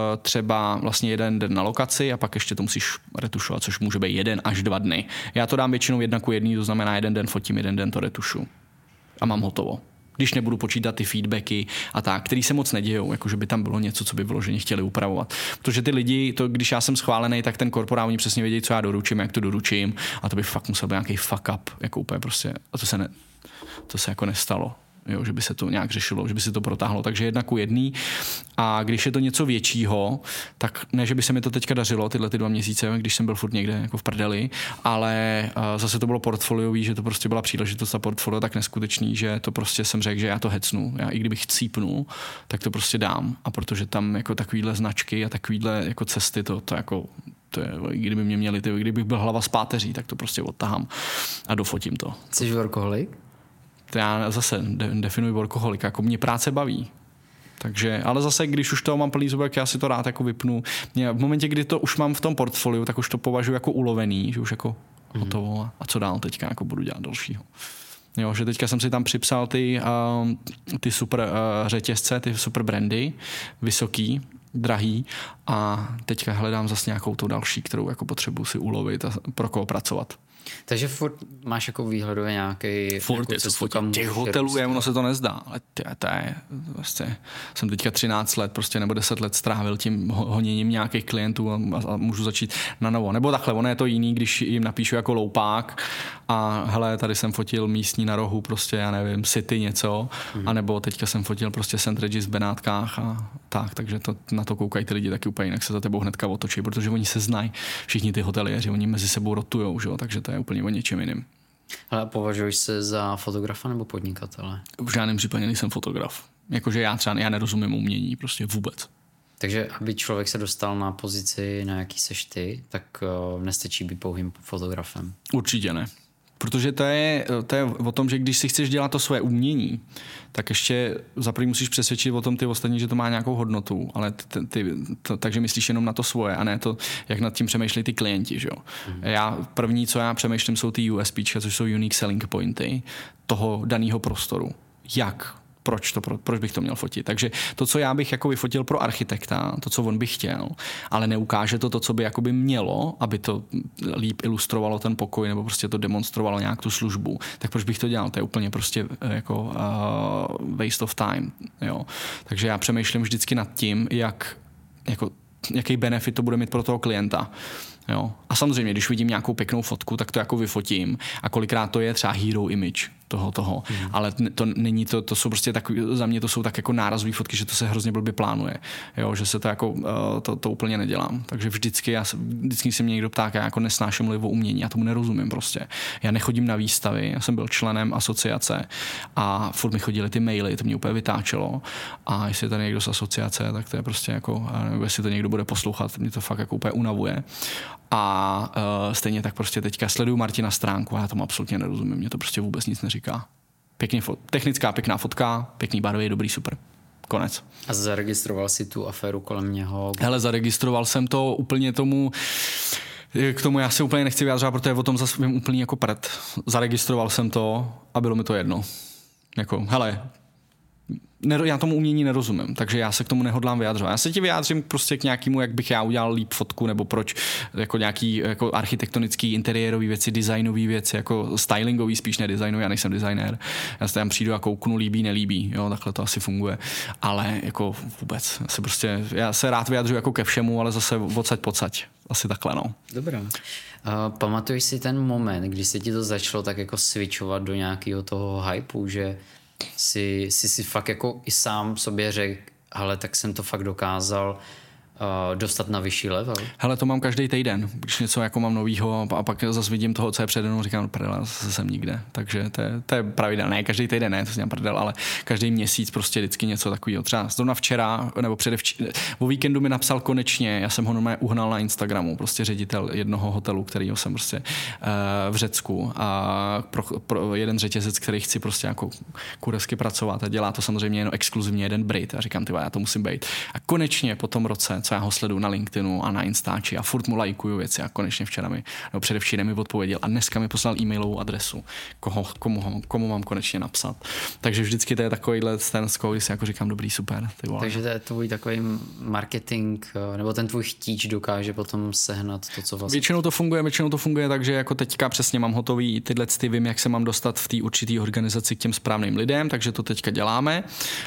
třeba vlastně jeden den na lokaci a pak ještě to musíš retušovat, což může být jeden až dva dny. Já to dám většinou jedna ku jedný, to znamená jeden den fotím, jeden den to retušu a mám hotovo. Když nebudu počítat ty feedbacky a tak, který se moc nedějou, jakože by tam bylo něco, co by vyloženě chtěli upravovat. Protože ty lidi, to, když já jsem schválený, tak ten korporát, oni přesně vědí, co já doručím, jak to doručím a to by fakt musel být nějaký fuck up, jako úplně prostě, a to se, ne, to se jako nestalo. Jo, že by se to nějak řešilo, že by se to protáhlo, takže jedna ku jedný. A když je to něco většího, tak ne, že by se mi to teďka dařilo tyhle ty dva měsíce, když jsem byl furt někde jako v prdeli, ale uh, zase to bylo portfoliový, že to prostě byla příležitost a portfolio tak neskutečný, že to prostě jsem řekl, že já to hecnu. Já i kdybych cípnul, tak to prostě dám. A protože tam jako takovýhle značky a takovýhle jako cesty, to, to jako to je, kdyby mě měli, ty, kdybych byl hlava z páteří, tak to prostě odtahám a dofotím to. Jsi workoholik? Já zase definuji workoholika, jako mě práce baví. Takže, ale zase, když už toho mám plný zubek, já si to rád jako vypnu. Mě, v momentě, kdy to už mám v tom portfoliu, tak už to považuji jako ulovený, že už jako mm. hotovo. A co dál teďka jako budu dělat dalšího. Jo, že teďka jsem si tam připsal ty, uh, ty super uh, řetězce, ty super brandy, vysoký, drahý a teďka hledám zase nějakou tu další, kterou jako potřebuji si ulovit a pro koho pracovat. Takže furt máš jako výhledově nějaký... Furt je to furt těch hotelů, je, ono se to nezdá, ale tě, to je, vlastně, jsem teďka třináct let, prostě nebo deset let strávil tím honěním nějakých klientů a, a můžu začít na novo. Nebo takhle, ono je to jiný, když jim napíšu jako loupák a hele, tady jsem fotil místní na rohu, prostě já nevím, City něco, hmm. anebo teďka jsem fotil prostě Saint Regis v Benátkách a tak, takže to, na to koukají ty lidi taky úplně jinak se za tebou hnedka otočí, protože oni se znají, všichni ty hoteliéři, oni mezi sebou rotujou, že jo, takže to je úplně o něčem jiným. Ale považuješ se za fotografa nebo podnikatele? V žádném případě nejsem fotograf. Jakože já třeba já nerozumím umění, prostě vůbec. Takže aby člověk se dostal na pozici, na jaký seš ty, tak uh, nestačí být pouhým fotografem. Určitě ne. Protože to je, to je o tom, že když si chceš dělat to svoje umění, tak ještě za první musíš přesvědčit o tom ty ostatní, že to má nějakou hodnotu, ale ty, ty, to, takže myslíš jenom na to svoje a ne to, jak nad tím přemýšlí ty klienti. Že jo? Mm. Já, první, co já přemýšlím, jsou ty U S P, což jsou unique selling pointy toho daného prostoru. Jak? Proč, to, proč bych to měl fotit. Takže to, co já bych jako vyfotil pro architekta, to, co on by chtěl, ale neukáže to to, co by jakoby mělo, aby to líp ilustrovalo ten pokoj nebo prostě to demonstrovalo nějak tu službu, tak proč bych to dělal? To je úplně prostě jako uh, waste of time. Jo. Takže já přemýšlím vždycky nad tím, jak, jako, jaký benefit to bude mít pro toho klienta. Jo. A samozřejmě, když vidím nějakou pěknou fotku, tak to jako vyfotím a kolikrát to je třeba hero image toho, toho. Mm. Ale to není to, to jsou prostě takový, za mě to jsou tak jako nárazové fotky, že to se hrozně blbě plánuje. Jo, že se to jako, to, to úplně nedělám. Takže vždycky, já, vždycky se mě někdo ptá, já jako nesnáším mluvit o umění, já tomu nerozumím prostě. Já nechodím na výstavy, já jsem byl členem asociace a furt mi chodily ty maily, to mě úplně vytáčelo a jestli je tady někdo z asociace, tak to je prostě jako, nebo jestli to někdo bude poslouchat, mě to fakt jako úplně unavuje. A uh, stejně tak prostě teďka sleduju Martina stránku a já tomu absolutně nerozumím, mě to prostě vůbec nic neříká. Pěkný fot, technická pěkná fotka, pěkný barvy, dobrý, super. Konec. A zaregistroval si tu aféru kolem něho? Hele, zaregistroval jsem to úplně tomu, k tomu já se úplně nechci vyjádřovat, protože o tom zase vím úplně jako prd. Zaregistroval jsem to a bylo mi to jedno. Jako, hele, já tomu umění nerozumím, takže já se k tomu nehodlám vyjádřovat. Já se ti vyjádřím prostě k nějakému, jak bych já udělal líp fotku, nebo proč, jako nějaký jako architektonický, interiérový věci, designový věci, jako stylingový, spíš ne designový, já nejsem designér. Já se tam přijdu a kouknu, líbí, nelíbí, jo, takhle to asi funguje. Ale jako vůbec, já se prostě, já se rád vyjádřuji jako ke všemu, ale zase odsaď pocať. Asi takhle, no. Dobrá. Uh, pamatuješ si ten moment, kdy se ti to začalo tak jako switchovat do nějakého toho hypeu, že si, si si fakt jako i sám sobě řekl, hele, tak jsem to fakt dokázal uh, dostat na vyšší level? Hele, to mám každý týden, když něco jako mám novýho a pak zase vidím toho, co je přede mnou, říkám, prdel, zase jsem nikde. Takže to je, to je pravidelné, ne každý týden, ne, to si dělám prdel, ale každý měsíc prostě vždycky něco takového. Třeba zrovna včera, nebo předevčera, o víkendu mi napsal konečně, já jsem ho normálně uhnal na Instagramu, prostě ředitel jednoho hotelu, kterýho jsem prostě uh, v Řecku a pro, pro jeden řetězec, který chci prostě jako kuresky pracovat a dělá to samozřejmě jen exkluzivně jeden Brit a říkám, tyva, já to musím být. A konečně po tom roce, co já ho sleduju na LinkedInu a na Instači a furt mu lajkuju věci a konečně včera mi, nebo předevčírem mi odpověděl a dneska mi poslal e-mailovou adresu, koho, komu, komu mám konečně napsat. Takže vždycky to je takovýhle ten skok, si jako říkám, dobrý, super. Ty vole. Takže to je tvůj takový marketing, nebo ten tvůj chtíč dokáže potom sehnat to, co vlastně... Většinou to funguje, většinou to funguje tak, že jako teďka přesně mám hotový tyhle ty, vím, jak se mám dostat v té určité organizaci k těm správným lidem, takže to teďka děláme.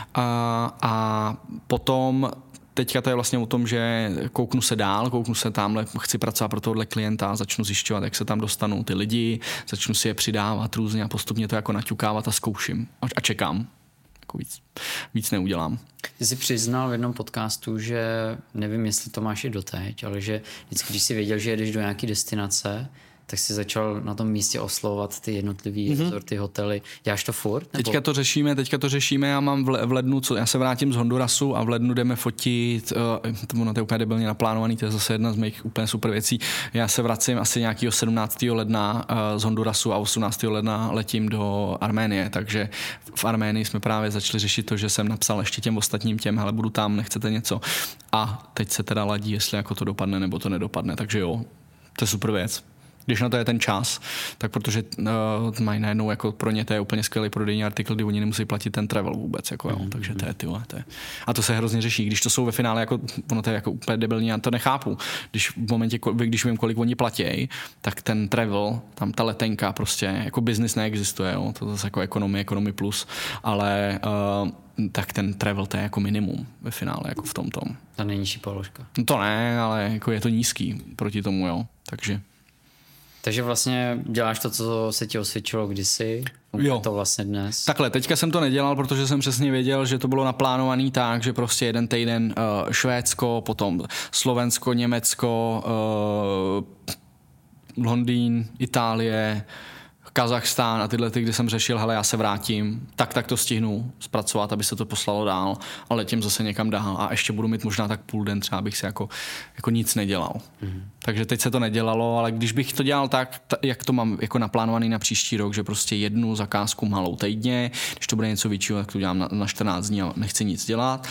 A, a potom teďka to je vlastně o tom, že kouknu se dál, kouknu se tamhle, chci pracovat pro tohle klienta, začnu zjišťovat, jak se tam dostanou ty lidi, začnu si je přidávat různě a postupně to jako naťukávat a zkouším a čekám. Jako víc, víc neudělám. Ty jsi přiznal v jednom podcastu, že nevím, jestli to máš i doteď, ale že vždycky, když jsi věděl, že jedeš do nějaké destinace, tak si začal na tom místě oslovovat ty jednotlivý mm-hmm. resorty, hotely. Děláš to furt? Nebo? Teďka to řešíme, teďka to řešíme, já mám v lednu, co, já se vrátím z Hondurasu a v lednu jdeme fotit, uh, to je úplně debilně naplánovaný, to je zase jedna z mých úplně super věcí. Já se vracím asi nějakého sedmnáctého ledna uh, z Hondurasu a osmnáctého ledna letím do Arménie, takže v Arménii jsme právě začali řešit to, že jsem napsal ještě těm ostatním těm, hele, budu tam, nechcete něco. A teď se teda ladí, jestli jako to dopadne nebo to nedopadne, takže jo, to je super věc. Když na to je ten čas, tak protože uh, mají najednou jako pro ně to je úplně skvělý prodejní artikl, kdy oni nemusí platit ten travel vůbec, jako, jo. Mm-hmm. Takže to je, tyhle, to je. A to se hrozně řeší, když to jsou ve finále, jako, ono to je jako úplně debilní, já to nechápu. Když v momentě, když vím, kolik oni platí, tak ten travel, tam ta letenka prostě, jako business neexistuje, jo. To je zase jako ekonomie, ekonomie plus, ale uh, tak ten travel to je jako minimum ve finále, jako v tom tom. Ta nejnižší položka. No to ne, ale jako je to nízký proti tomu, jo, takže Takže vlastně děláš to, co se ti osvědčilo kdysi, jo. To vlastně dnes. Takhle, teďka jsem to nedělal, protože jsem přesně věděl, že to bylo naplánovaný tak, že prostě jeden týden uh, Švédsko, potom Slovensko, Německo, uh, Londýn, Itálie, Kazachstán a tyhle ty, kdy jsem řešil, hele, já se vrátím, tak tak to stihnu zpracovat, aby se to poslalo dál, a letím zase někam dál a ještě budu mít možná tak půl den, třeba bych si jako, jako nic nedělal. Mm. Takže teď se to nedělalo, ale když bych to dělal tak, t- jak to mám jako naplánovaný na příští rok, že prostě jednu zakázku malou týdně, když to bude něco většího, tak to dělám na, na čtrnáct dní a nechci nic dělat,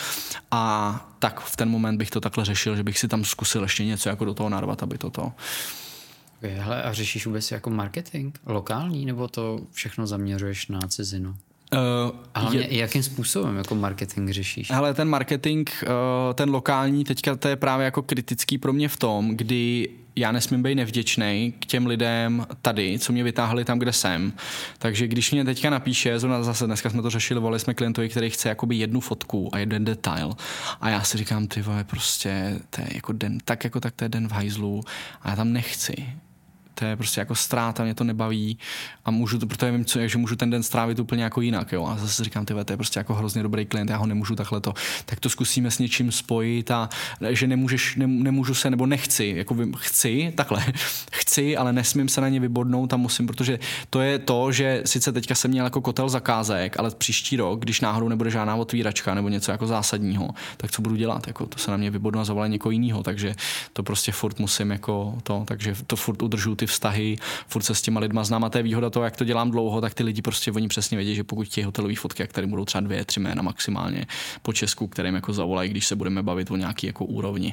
a tak v ten moment bych to takhle řešil, že bych si tam zkusil ještě něco jako do toho narvat, aby to to. Okay, hele, a řešíš vůbec jako marketing lokální, nebo to všechno zaměřuješ na cizinu? Uh, a hlavně je, jakým způsobem jako marketing řešíš? Hele, ten marketing, uh, ten lokální, teďka to je právě jako kritický pro mě v tom, kdy já nesmím být nevděčnej k těm lidem tady, co mě vytáhli tam, kde jsem. Takže když mě teďka napíše, zrovna zase dneska jsme to řešili, volali jsme klientovi, který chce jakoby jednu fotku a jeden detail. A já si říkám, ty vole, prostě to je jako den, tak jako tak to je den v hajzlu a já tam nechci. To je prostě jako ztráta, mě to nebaví a můžu to, protože vím, co, že můžu ten den strávit úplně jako jinak, jo. A zase říkám, tyhle, to je prostě jako hrozně dobrý klient, já ho nemůžu takhle to, tak to zkusíme s něčím spojit, a že nemůžeš, ne, nemůžu se, nebo nechci, jako chci, takhle, chci, ale nesmím se na ně vybodnout a musím, protože to je to, že sice teďka jsem měl jako kotel zakázek, ale příští rok, když náhodou nebude žádná otvíračka nebo něco jako zásadního, tak co budu dělat, jako to se na mě vybodnu a zavolá někoho jiného, takže to prostě furt musím jako to, takže to furt udržu ty vztahy, furt se s těma lidma znám, a to je výhoda toho, jak to dělám dlouho, tak ty lidi prostě oni přesně vědí, že pokud ti hotelový fotky, jak tady budou třeba dvě, tři jména maximálně po Česku, kterým jako zavolají, když se budeme bavit o nějaký jako úrovni.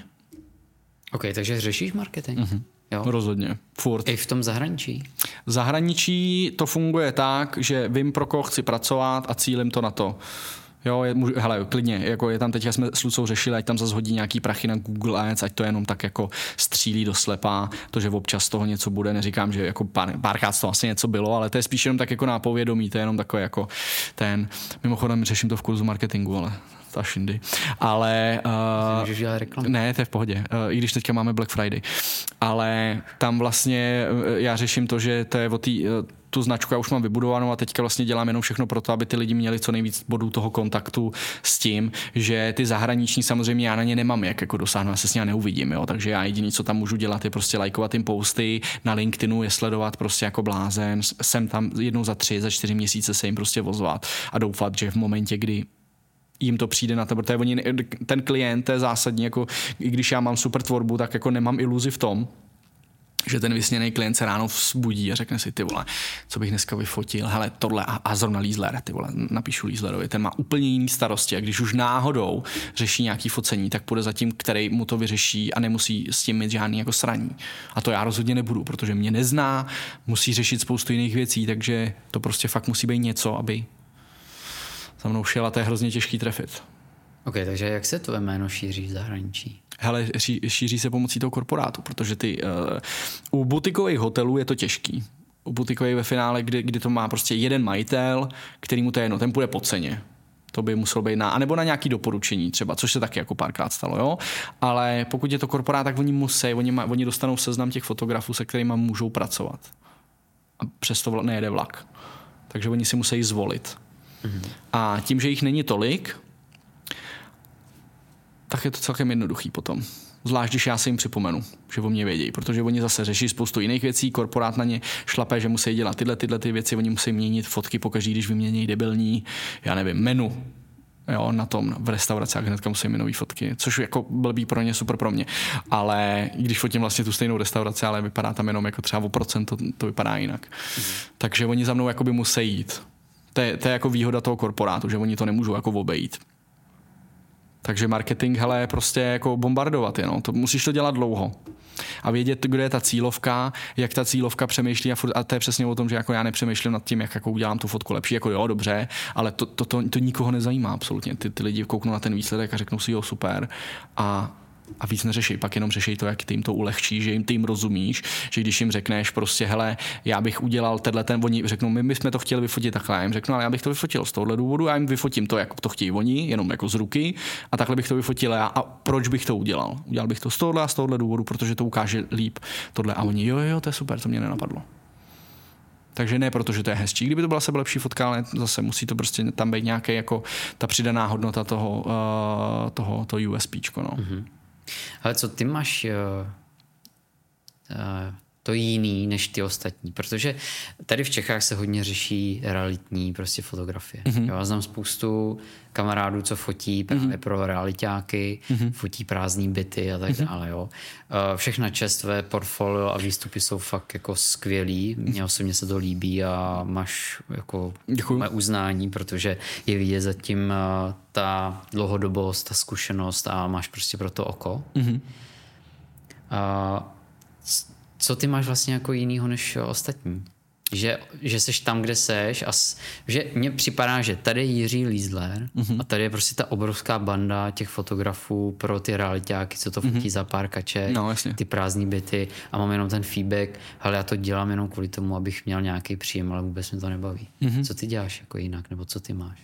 OK, takže řešíš marketing? Mm-hmm. Jo? Rozhodně, furt. I v tom zahraničí? V zahraničí to funguje tak, že vím, pro koho chci pracovat a cílím to na to. Jo, je, hele, klidně, jako je tam teď, jsme s Lucou řešili, ať tam zase hodí nějaký prachy na Google Ads, ať to jenom tak jako střílí do slepá, to, že občas toho něco bude, neříkám, že jako pár, párkrát to asi něco bylo, ale to je spíš jenom tak jako na povědomí, to je jenom takové jako ten, mimochodem řeším to v kurzu marketingu, ale ta šindy, ale uh, dělat reklamu. Ne, to je v pohodě, uh, i když teďka máme Black Friday, ale tam vlastně uh, já řeším to, že to je o tý, uh, tu značku já už mám vybudovanou a teďka vlastně dělám jenom všechno pro to, aby ty lidi měli co nejvíc bodů toho kontaktu s tím, že ty zahraniční samozřejmě já na ně nemám jak jako dosáhnu, já se s ním neuvidím, jo, takže já jediný, co tam můžu dělat, je prostě lajkovat jim posty, na LinkedInu je sledovat prostě jako blázen, jsem tam jednou za tři, za čtyři měsíce se jim prostě ozvat a doufat, že v momentě, kdy jim to přijde na to, protože oni, ten klient je zásadní, jako i když já mám super tvorbu, tak jako nemám iluzi v tom, že ten vysněný klient se ráno vzbudí a řekne si, ty vole, co bych dneska vyfotil, hele, tohle a, a zrovna Lízler, ty vole, napíšu Lízlerovi, ten má úplně jiný starosti a když už náhodou řeší nějaký focení, tak půjde za tím, který mu to vyřeší a nemusí s tím mít žádný jako sraní. A to já rozhodně nebudu, protože mě nezná, musí řešit spoustu jiných věcí, takže to prostě fakt musí být něco, aby za mnou šel, a to je hrozně těžký trefit. OK, takže jak se to jméno šíří v zahraničí? Hele, ší, šíří se pomocí toho korporátu, protože ty uh, u butikových hotelů je to těžký. U butikových ve finále, kdy, kdy to má prostě jeden majitel, který mu to je jedno, ten půjde po ceně. To by muselo být na, anebo na nějaký doporučení třeba, což se taky jako párkrát stalo, jo. Ale pokud je to korporát, tak oni musí, oni, ma, oni dostanou seznam těch fotografů, se kterými můžou pracovat. A přesto nejede vlak. Takže oni si musí zvolit. Mm-hmm. A tím, že jich není tolik, tak je to celkem jednoduchý potom. Zvlášť, když já se jim připomenu, že o mě vědí, protože oni zase řeší spoustu jiných věcí, korporát na ně šlape, že musí dělat tyhle, tyhle ty věci, oni musí měnit fotky pokaždý, když vymění debilní, já nevím, menu, jo, na tom v restauraci, a hnedka musí mít nový fotky, což jako blbý pro ně, super pro mě, ale když fotím vlastně tu stejnou restauraci, ale vypadá tam jenom jako třeba o procent, to, to vypadá jinak. Mm. Takže oni za mnou jakoby musí jít. To je, to je jako výhoda toho korporátu, že oni to nemůžou jako obejít. Takže marketing, hele, je prostě jako bombardovat, je, no. To musíš to dělat dlouho. A vědět, kde je ta cílovka, jak ta cílovka přemýšlí a, furt, a to je přesně o tom, že jako já nepřemýšlím nad tím, jak jako udělám tu fotku lepší, jako jo, dobře, ale to, to, to, to nikoho nezajímá absolutně. Ty, ty lidi kouknou na ten výsledek a řeknou si, jo, super, a a víc neřešej, pak jenom řešej to, jak ty jim to ulehčí, že jim ty jim rozumíš, že když jim řekneš prostě, hele, já bych udělal tenhle ten, oni řeknou, my bychom to chtěli vyfotit takhle, já jim řeknu, ale já bych to vyfotil z tohohle důvodu, já jim vyfotím to, jak to chtějí oni, jenom jako z ruky, a takhle bych to vyfotil já, a proč bych to udělal? Udělal bych to z tohohle a z tohohle důvodu, protože to ukáže líp tohle, a oni, jo, jo, to je super, to mě nenapadlo. Takže ne proto, že to je hezčí. Kdyby to byla sebelepší fotka, ale zase musí to prostě tam být nějaký jako ta přidaná hodnota toho, uh, toho to USPčko, no. Mm-hmm. Ale co ty máš uh, uh, to jiný než ty ostatní, protože tady v Čechách se hodně řeší realitní prostě fotografie. Mm-hmm. Já znám spoustu kamarádů, co fotí právě mm-hmm. pro realitáky, mm-hmm. fotí prázdný byty a tak mm-hmm. dále. Jo. Všechna čest, tvé portfolio a výstupy jsou fakt jako skvělý. Mně osobně se to líbí a máš jako mé uznání, protože je vidět zatím ta dlouhodobost, ta zkušenost a máš prostě pro to oko. Mm-hmm. A co ty máš vlastně jako jinýho než ostatní? Že, že seš tam, kde seš a s, že mně připadá, že tady je Jiří Lízler mm-hmm. a tady je prostě ta obrovská banda těch fotografů pro ty realitáky, co to fotí mm-hmm. za pár kaček, no, ty prázdný byty a mám jenom ten feedback, hele, já to dělám jenom kvůli tomu, abych měl nějaký příjem, ale vůbec mě to nebaví. Mm-hmm. Co ty děláš jako jinak, nebo co ty máš?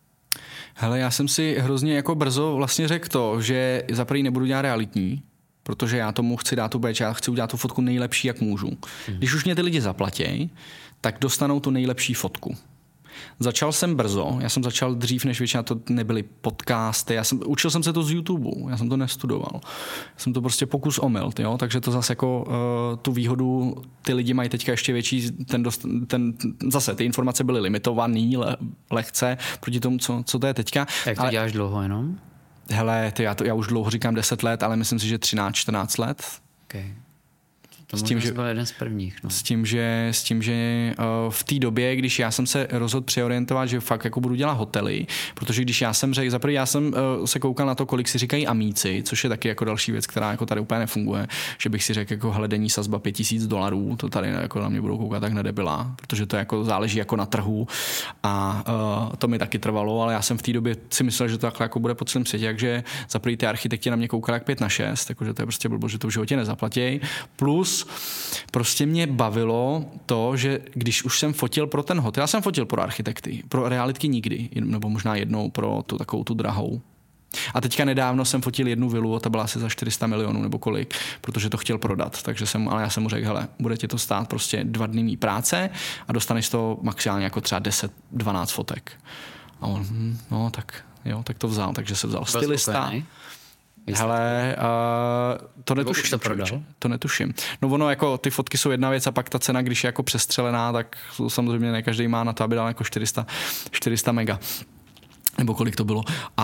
Hele, já jsem si hrozně jako brzo vlastně řekl to, že za první nebudu dělat realitní, protože já tomu chci dát tu péči, já chci udělat tu fotku nejlepší, jak můžu. Hmm. Když už mě ty lidi zaplatí, tak dostanou tu nejlepší fotku. Začal jsem brzo, já jsem začal dřív, než většina to nebyly podcasty, já jsem, učil jsem se to z YouTube, já jsem to nestudoval. Já jsem to prostě pokus omyl, jo? Takže to zase jako uh, tu výhodu ty lidi mají teďka ještě větší, ten, dost, ten zase ty informace byly limitovaný le, lehce proti tomu, co, co to je teďka. Jak to ale, děláš dlouho jenom? Hele, ty, já, to, já už dlouho říkám deset let, ale myslím si, že třináct čtrnáct let. Okay. To s tím, že byl jeden z prvních. No. S tím, že, s tím, že uh, v té době, když já jsem se rozhodl přeorientovat, že fakt jako budu dělat hotely, protože když já jsem řekl, zaprvé já jsem uh, se koukal na to, kolik si říkají amíci, což je taky jako další věc, která jako tady úplně nefunguje, že bych si řekl jako hledení sazba pět tisíc dolarů, to tady jako na mě budou koukat tak nedebila, protože to jako záleží jako na trhu a uh, to mi taky trvalo, ale já jsem v té době si myslel, že to takhle jako bude po celém světě, takže zaprvé ty architekti na mě koukali jak pět na šest, takže to je prostě blbo, že to v životě nezaplatí. Plus prostě mě bavilo to, že když už jsem fotil pro ten hotel, já jsem fotil pro architekty, pro realitky nikdy, nebo možná jednou pro tu takovou tu drahou. A teďka nedávno jsem fotil jednu vilu a ta byla asi za čtyři sta milionů nebo kolik, protože to chtěl prodat. Takže jsem, ale já jsem mu řekl, hele, bude ti to stát prostě dva dny mý práce a dostaneš to maximálně jako třeba deset dvanáct fotek. A on, hm, no tak jo, tak to vzal, takže se vzal stylista. Hele, uh, to netuším. To, prodal? to netuším. No ono, jako ty fotky jsou jedna věc a pak ta cena, když je jako přestřelená, tak samozřejmě ne každý má na to, aby dal jako čtyři sta mega. Nebo kolik to bylo,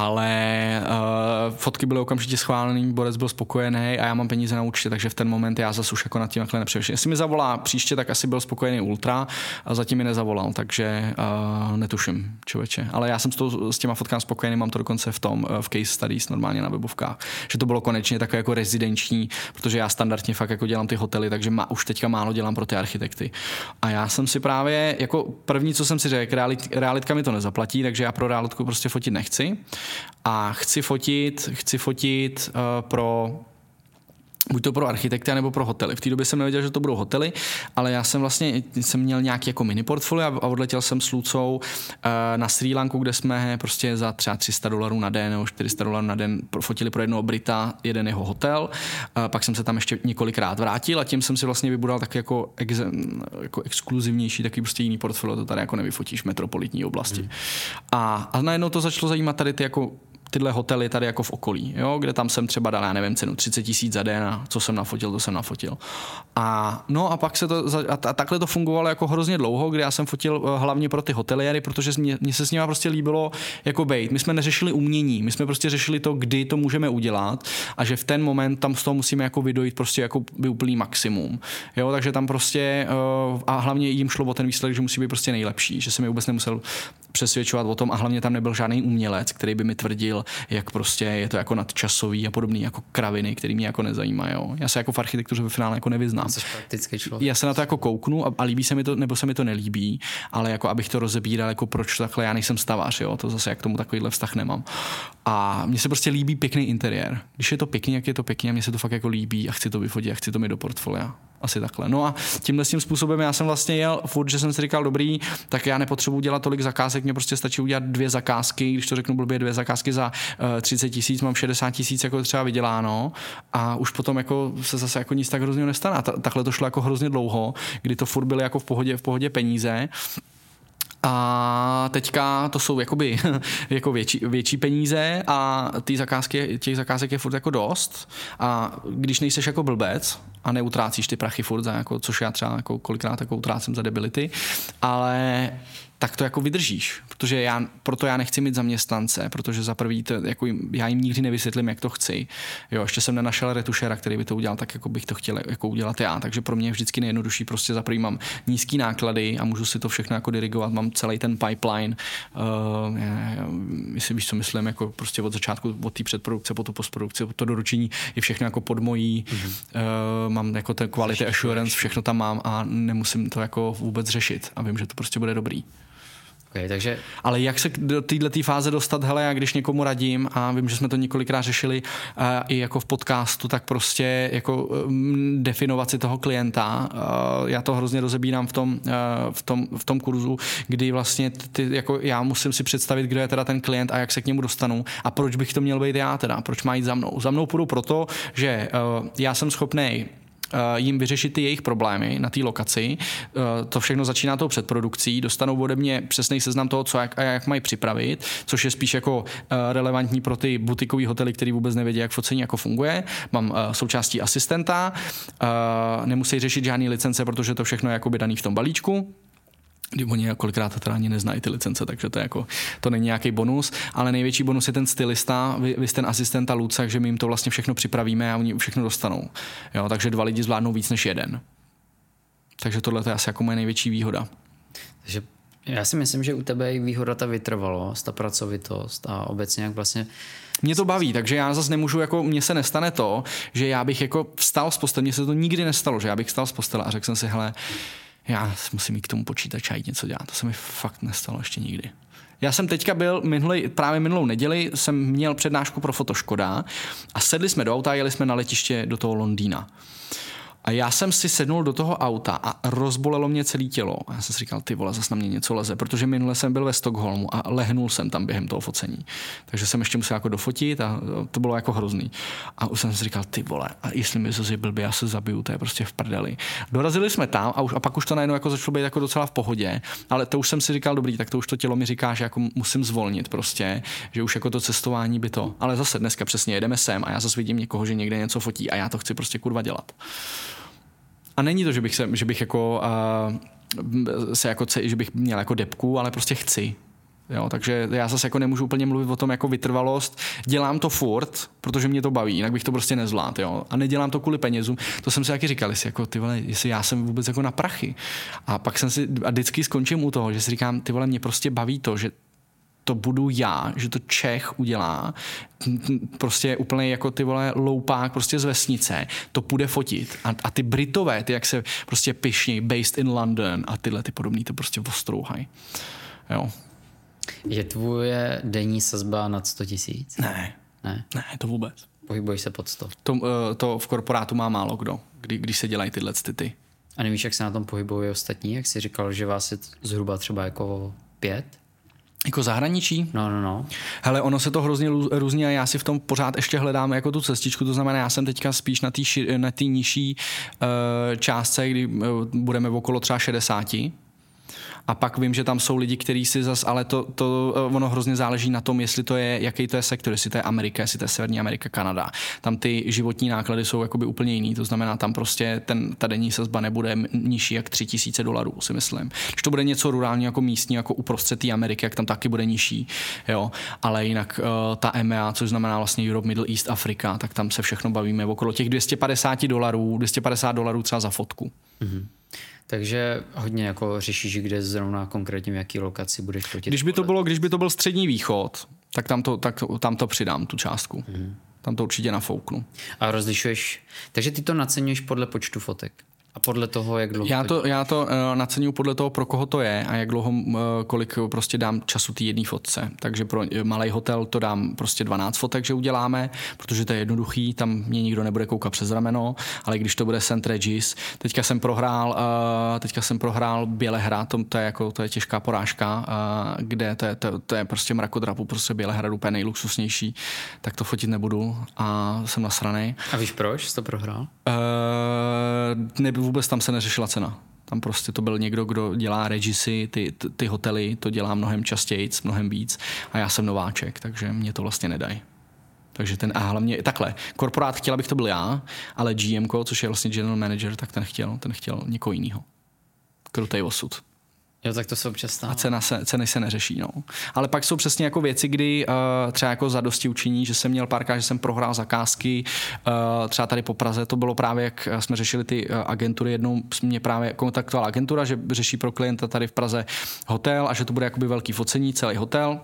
ale uh, fotky byly okamžitě schválený, borec byl spokojený a já mám peníze na účtě, takže v ten moment já zase už jako nad tím takhle nepřemýšlím. Jestli mi zavolá příště, tak asi byl spokojený ultra a zatím mi nezavolal, takže uh, netuším, člověče. Ale já jsem s, to, s těma fotkám spokojený, mám to dokonce v tom, v case studies normálně na webovkách, že to bylo konečně takové jako rezidenční, protože já standardně fakt jako dělám ty hotely, takže má, už teďka málo dělám pro ty architekty. A já jsem si právě, jako první, co jsem si řekl, realit, realitka mi to nezaplatí, takže já pro realitku prostě fotit nechci a chci fotit, chci fotit uh, pro buď to pro architekty, nebo pro hotely. V té době jsem nevěděl, že to budou hotely, ale já jsem vlastně jsem měl nějaký jako mini portfolio a odletěl jsem s Lucou uh, na Srí Lanku, kde jsme prostě za třeba tři sta dolarů na den nebo čtyři sta dolarů na den fotili pro jednoho Brita jeden jeho hotel. Uh, pak jsem se tam ještě několikrát vrátil a tím jsem si vlastně vybudoval taky jako, ex, jako exkluzivnější, taky prostě jiný portfolio, to tady jako nevyfotíš v metropolitní oblasti. Hmm. A, a najednou to začalo zajímat tady ty jako tyhle hotely tady jako v okolí, jo, kde tam jsem třeba dal, já nevím, cenu třicet tisíc za den a co jsem nafotil, to jsem nafotil. A no a pak se to, a, a takhle to fungovalo jako hrozně dlouho, kde já jsem fotil hlavně pro ty hoteliéry, protože mě, mě se s nimi prostě líbilo jako bejt. My jsme neřešili umění, my jsme prostě řešili to, kdy to můžeme udělat a že v ten moment tam z toho musíme jako vydojit prostě jako by úplný maximum. Jo, takže tam prostě a hlavně jim šlo o ten výsledek, že musí být prostě nejlepší, že jsem je vůbec nemusel přesvědčovat o tom a hlavně tam nebyl žádný umělec, který by mi tvrdil, jak prostě je to jako nadčasový a podobný jako kraviny, který mě jako nezajímají. Jo. Já se jako v architektuře ve finále jako nevyznám. Jsi praktický člověk. Já se na to jako kouknu a, a líbí se mi to, nebo se mi to nelíbí, ale jako abych to rozebíral, jako proč takhle, já nejsem stavař, jo, to zase jak k tomu takovýhle vztah nemám. A mně se prostě líbí pěkný interiér. Když je to pěkný, jak je to pěkný a mně se to fakt jako líbí a chci to vyfotit a chci to mít do portfolia. Asi takhle. No a tímhle tím způsobem já jsem vlastně jel furt, že jsem si říkal, dobrý, tak já nepotřebuji dělat tolik zakázek, mě prostě stačí udělat dvě zakázky, když to řeknu blbě, dvě zakázky za uh, třicet tisíc, mám šedesát tisíc jako třeba vyděláno a už potom jako se zase jako nic tak hrozně nestane. A ta, takhle to šlo jako hrozně dlouho, kdy to furt byly jako v pohodě, v pohodě peníze. A teďka to jsou jakoby jako větší, větší peníze a ty zakázky, těch zakázek je furt jako dost a když nejseš jako blbec a neutrácíš ty prachy furt, za jako, což já třeba jako kolikrát jako utrácím za debility, ale tak to jako vydržíš, protože já, proto já nechci mít zaměstnance, protože za prvý to, jako já jim nikdy nevysvětlím, jak to chci. Jo, ještě jsem nenašel retušera, který by to udělal tak, jako bych to chtěl jako udělat já, takže pro mě je vždycky nejjednodušší, prostě za prvý mám nízký náklady a můžu si to všechno jako dirigovat, mám celý ten pipeline, uh, myslím, víš, co myslím, jako prostě od začátku, od té předprodukce, po tu postprodukci, po to doručení je všechno jako pod mojí, mm-hmm. uh, mám jako ten quality assurance, všechno tam mám a nemusím to jako vůbec řešit a vím, že to prostě bude dobrý. Okay, takže... Ale jak se do této fáze dostat, hele, já když někomu radím a vím, že jsme to několikrát řešili uh, i jako v podcastu, tak prostě jako um, definovat si toho klienta. Uh, já to hrozně rozebírám v tom, uh, v tom, v tom kurzu, kdy vlastně ty, jako já musím si představit, kdo je teda ten klient a jak se k němu dostanu a proč bych to měl být já teda, proč má jít za mnou. Za mnou půjdu proto, že uh, já jsem schopnej jim vyřešit ty jejich problémy na té lokaci. To všechno začíná tou předprodukcí, dostanou ode mě přesný seznam toho, co jak, a jak mají připravit, což je spíš jako relevantní pro ty butikové hotely, který vůbec nevědí, jak focení jako funguje. Mám součástí asistenta, nemusí řešit žádný licence, protože to všechno je jakoby daný v tom balíčku. Kdy oni kolikrát teda ani neznají ty licence, takže to, je jako, to není nějaký bonus, ale největší bonus je ten stylista, vy, vy jste ten asistent a Luc, takže my jim to vlastně všechno připravíme a oni všechno dostanou. Jo, takže dva lidi zvládnou víc než jeden. Takže tohle je asi jako moje největší výhoda. Takže já si myslím, že u tebe je výhoda ta vytrvalost, ta pracovitost a obecně jak vlastně mě to baví, takže já zase nemůžu, jako mně se nestane to, že já bych jako vstal z postele, mně se to nikdy nestalo, že já bych vstal z postele a řekl jsem si, hele, já musím jít k tomu počítači a jít něco dělat. To se mi fakt nestalo ještě nikdy. Já jsem teďka byl, minulý, právě minulou neděli jsem měl přednášku pro Fotoškoda a sedli jsme do auta a jeli jsme na letiště do toho Londýna. A já jsem si sednul do toho auta a rozbolelo mě celé tělo. A já jsem si říkal, ty vole, zase na mě něco leze, protože minule jsem byl ve Stockholmu a lehnul jsem tam během toho focení. Takže jsem ještě musel jako dofotit a to bylo jako hrozný. A už jsem si říkal, ty vole, a jestli mi zase blbě, já se zabiju, to je prostě v prdeli. Dorazili jsme tam a, už, a pak už to najednou jako začalo být jako docela v pohodě, ale to už jsem si říkal, dobrý, tak to už to tělo mi říká, že jako musím zvolnit prostě, že už jako to cestování by to. Ale zase dneska přesně jedeme sem a já zase vidím někoho, že někde něco fotí a já to chci prostě kurva dělat. A není to, že bych, se, že bych jako, uh, se jako, že bych měl jako depku, ale prostě chci. Jo, takže já zase jako nemůžu úplně mluvit o tom jako vytrvalost. Dělám to furt, protože mě to baví, jinak bych to prostě nezvládl. Jo. A nedělám to kvůli penězům. To jsem si taky říkal, jestli, jako, ty vole, jestli já jsem vůbec jako na prachy. A pak jsem si, a vždycky skončím u toho, že si říkám, ty vole, mě prostě baví to, že to budu já, že to Čech udělá, prostě úplně jako ty vole loupák prostě z vesnice, to půjde fotit. A, a ty Britové, ty jak se prostě pyšní, based in London a tyhle ty podobný, to prostě ostrouhají. Jo. Je tvoje denní sazba nad sto tisíc? Ne. Ne? Ne, to vůbec. Pohybuješ se pod sto? To, to v korporátu má málo kdo, kdy, když se dělají tyhle ty. A nevíš, jak se na tom pohybují ostatní? Jak jsi říkal, že vás je zhruba třeba jako pět? Jako zahraničí? No, no, no. Hele, ono se to hrozně různí a já si v tom pořád ještě hledám jako tu cestičku, to znamená, já jsem teďka spíš na té na té nižší uh, částce, kdy uh, budeme okolo třeba šedesáti. A pak vím, že tam jsou lidi, kteří si zas, ale to, to ono hrozně záleží na tom, jestli to je, jaký to je sektor, jestli to je Amerika, jestli to je Severní Amerika, Kanada. Tam ty životní náklady jsou jakoby úplně jiný, to znamená, tam prostě ten, ta denní sazba nebude nižší jak tři tisíce dolarů, si myslím. Když to bude něco rurální, jako místní, jako uprostřed té Ameriky, jak tam taky bude nižší, jo. Ale jinak uh, ta E M E A, což znamená vlastně Europe, Middle East, Afrika, tak tam se všechno bavíme okolo těch dvě stě padesát dolarů, dvě stě padesát dolarů třeba za fotku. Mm-hmm. Takže hodně jako řešíš, kde zrovna konkrétně v jaký lokaci budeš fotit. Když by to bylo, když by to byl Střední východ, tak tam to, tak tam to přidám, tu částku. Mm. Tam to určitě nafouknu. A rozlišuješ, takže ty to naceňuješ podle počtu fotek? A podle toho, jak dlouho... Já to, já to uh, naceňuji podle toho, pro koho to je a jak dlouho, uh, kolik prostě dám času té jedné fotce. Takže pro malý hotel to dám prostě dvanáct fotek, že uděláme, protože to je jednoduchý, tam mě nikdo nebude koukat přes rameno, ale když to bude Saint Regis, teďka jsem prohrál, uh, teďka jsem prohrál Bělehrad, to, to je jako, to je těžká porážka, uh, kde to je, to, to je prostě mrakodrapu, prostě Bělehrad úplně nejluxusnější, tak to fotit nebudu a jsem nasranej. A víš proč jsi to prohrál? Uh, ne, vůbec tam se neřešila cena. Tam prostě to byl někdo, kdo dělá režisy, ty, ty, ty hotely, to dělá mnohem častěji, mnohem víc a já jsem nováček, takže mě to vlastně nedají. Takže ten, a hlavně takhle, korporát chtěl, abych to byl já, ale G M ko, což je vlastně general manager, tak ten chtěl, ten chtěl někoho jiného. Krutej osud. Jo, tak to se občas stává. A cena se, ceny se neřeší, no. Ale pak jsou přesně jako věci, kdy uh, třeba jako zadosti učiní, že jsem měl párkrát, že jsem prohrál zakázky, uh, třeba tady po Praze, to bylo právě, jak jsme řešili ty uh, agentury, jednou mě právě kontaktovala agentura, že řeší pro klienta tady v Praze hotel a že to bude jakoby velký focení, celý hotel.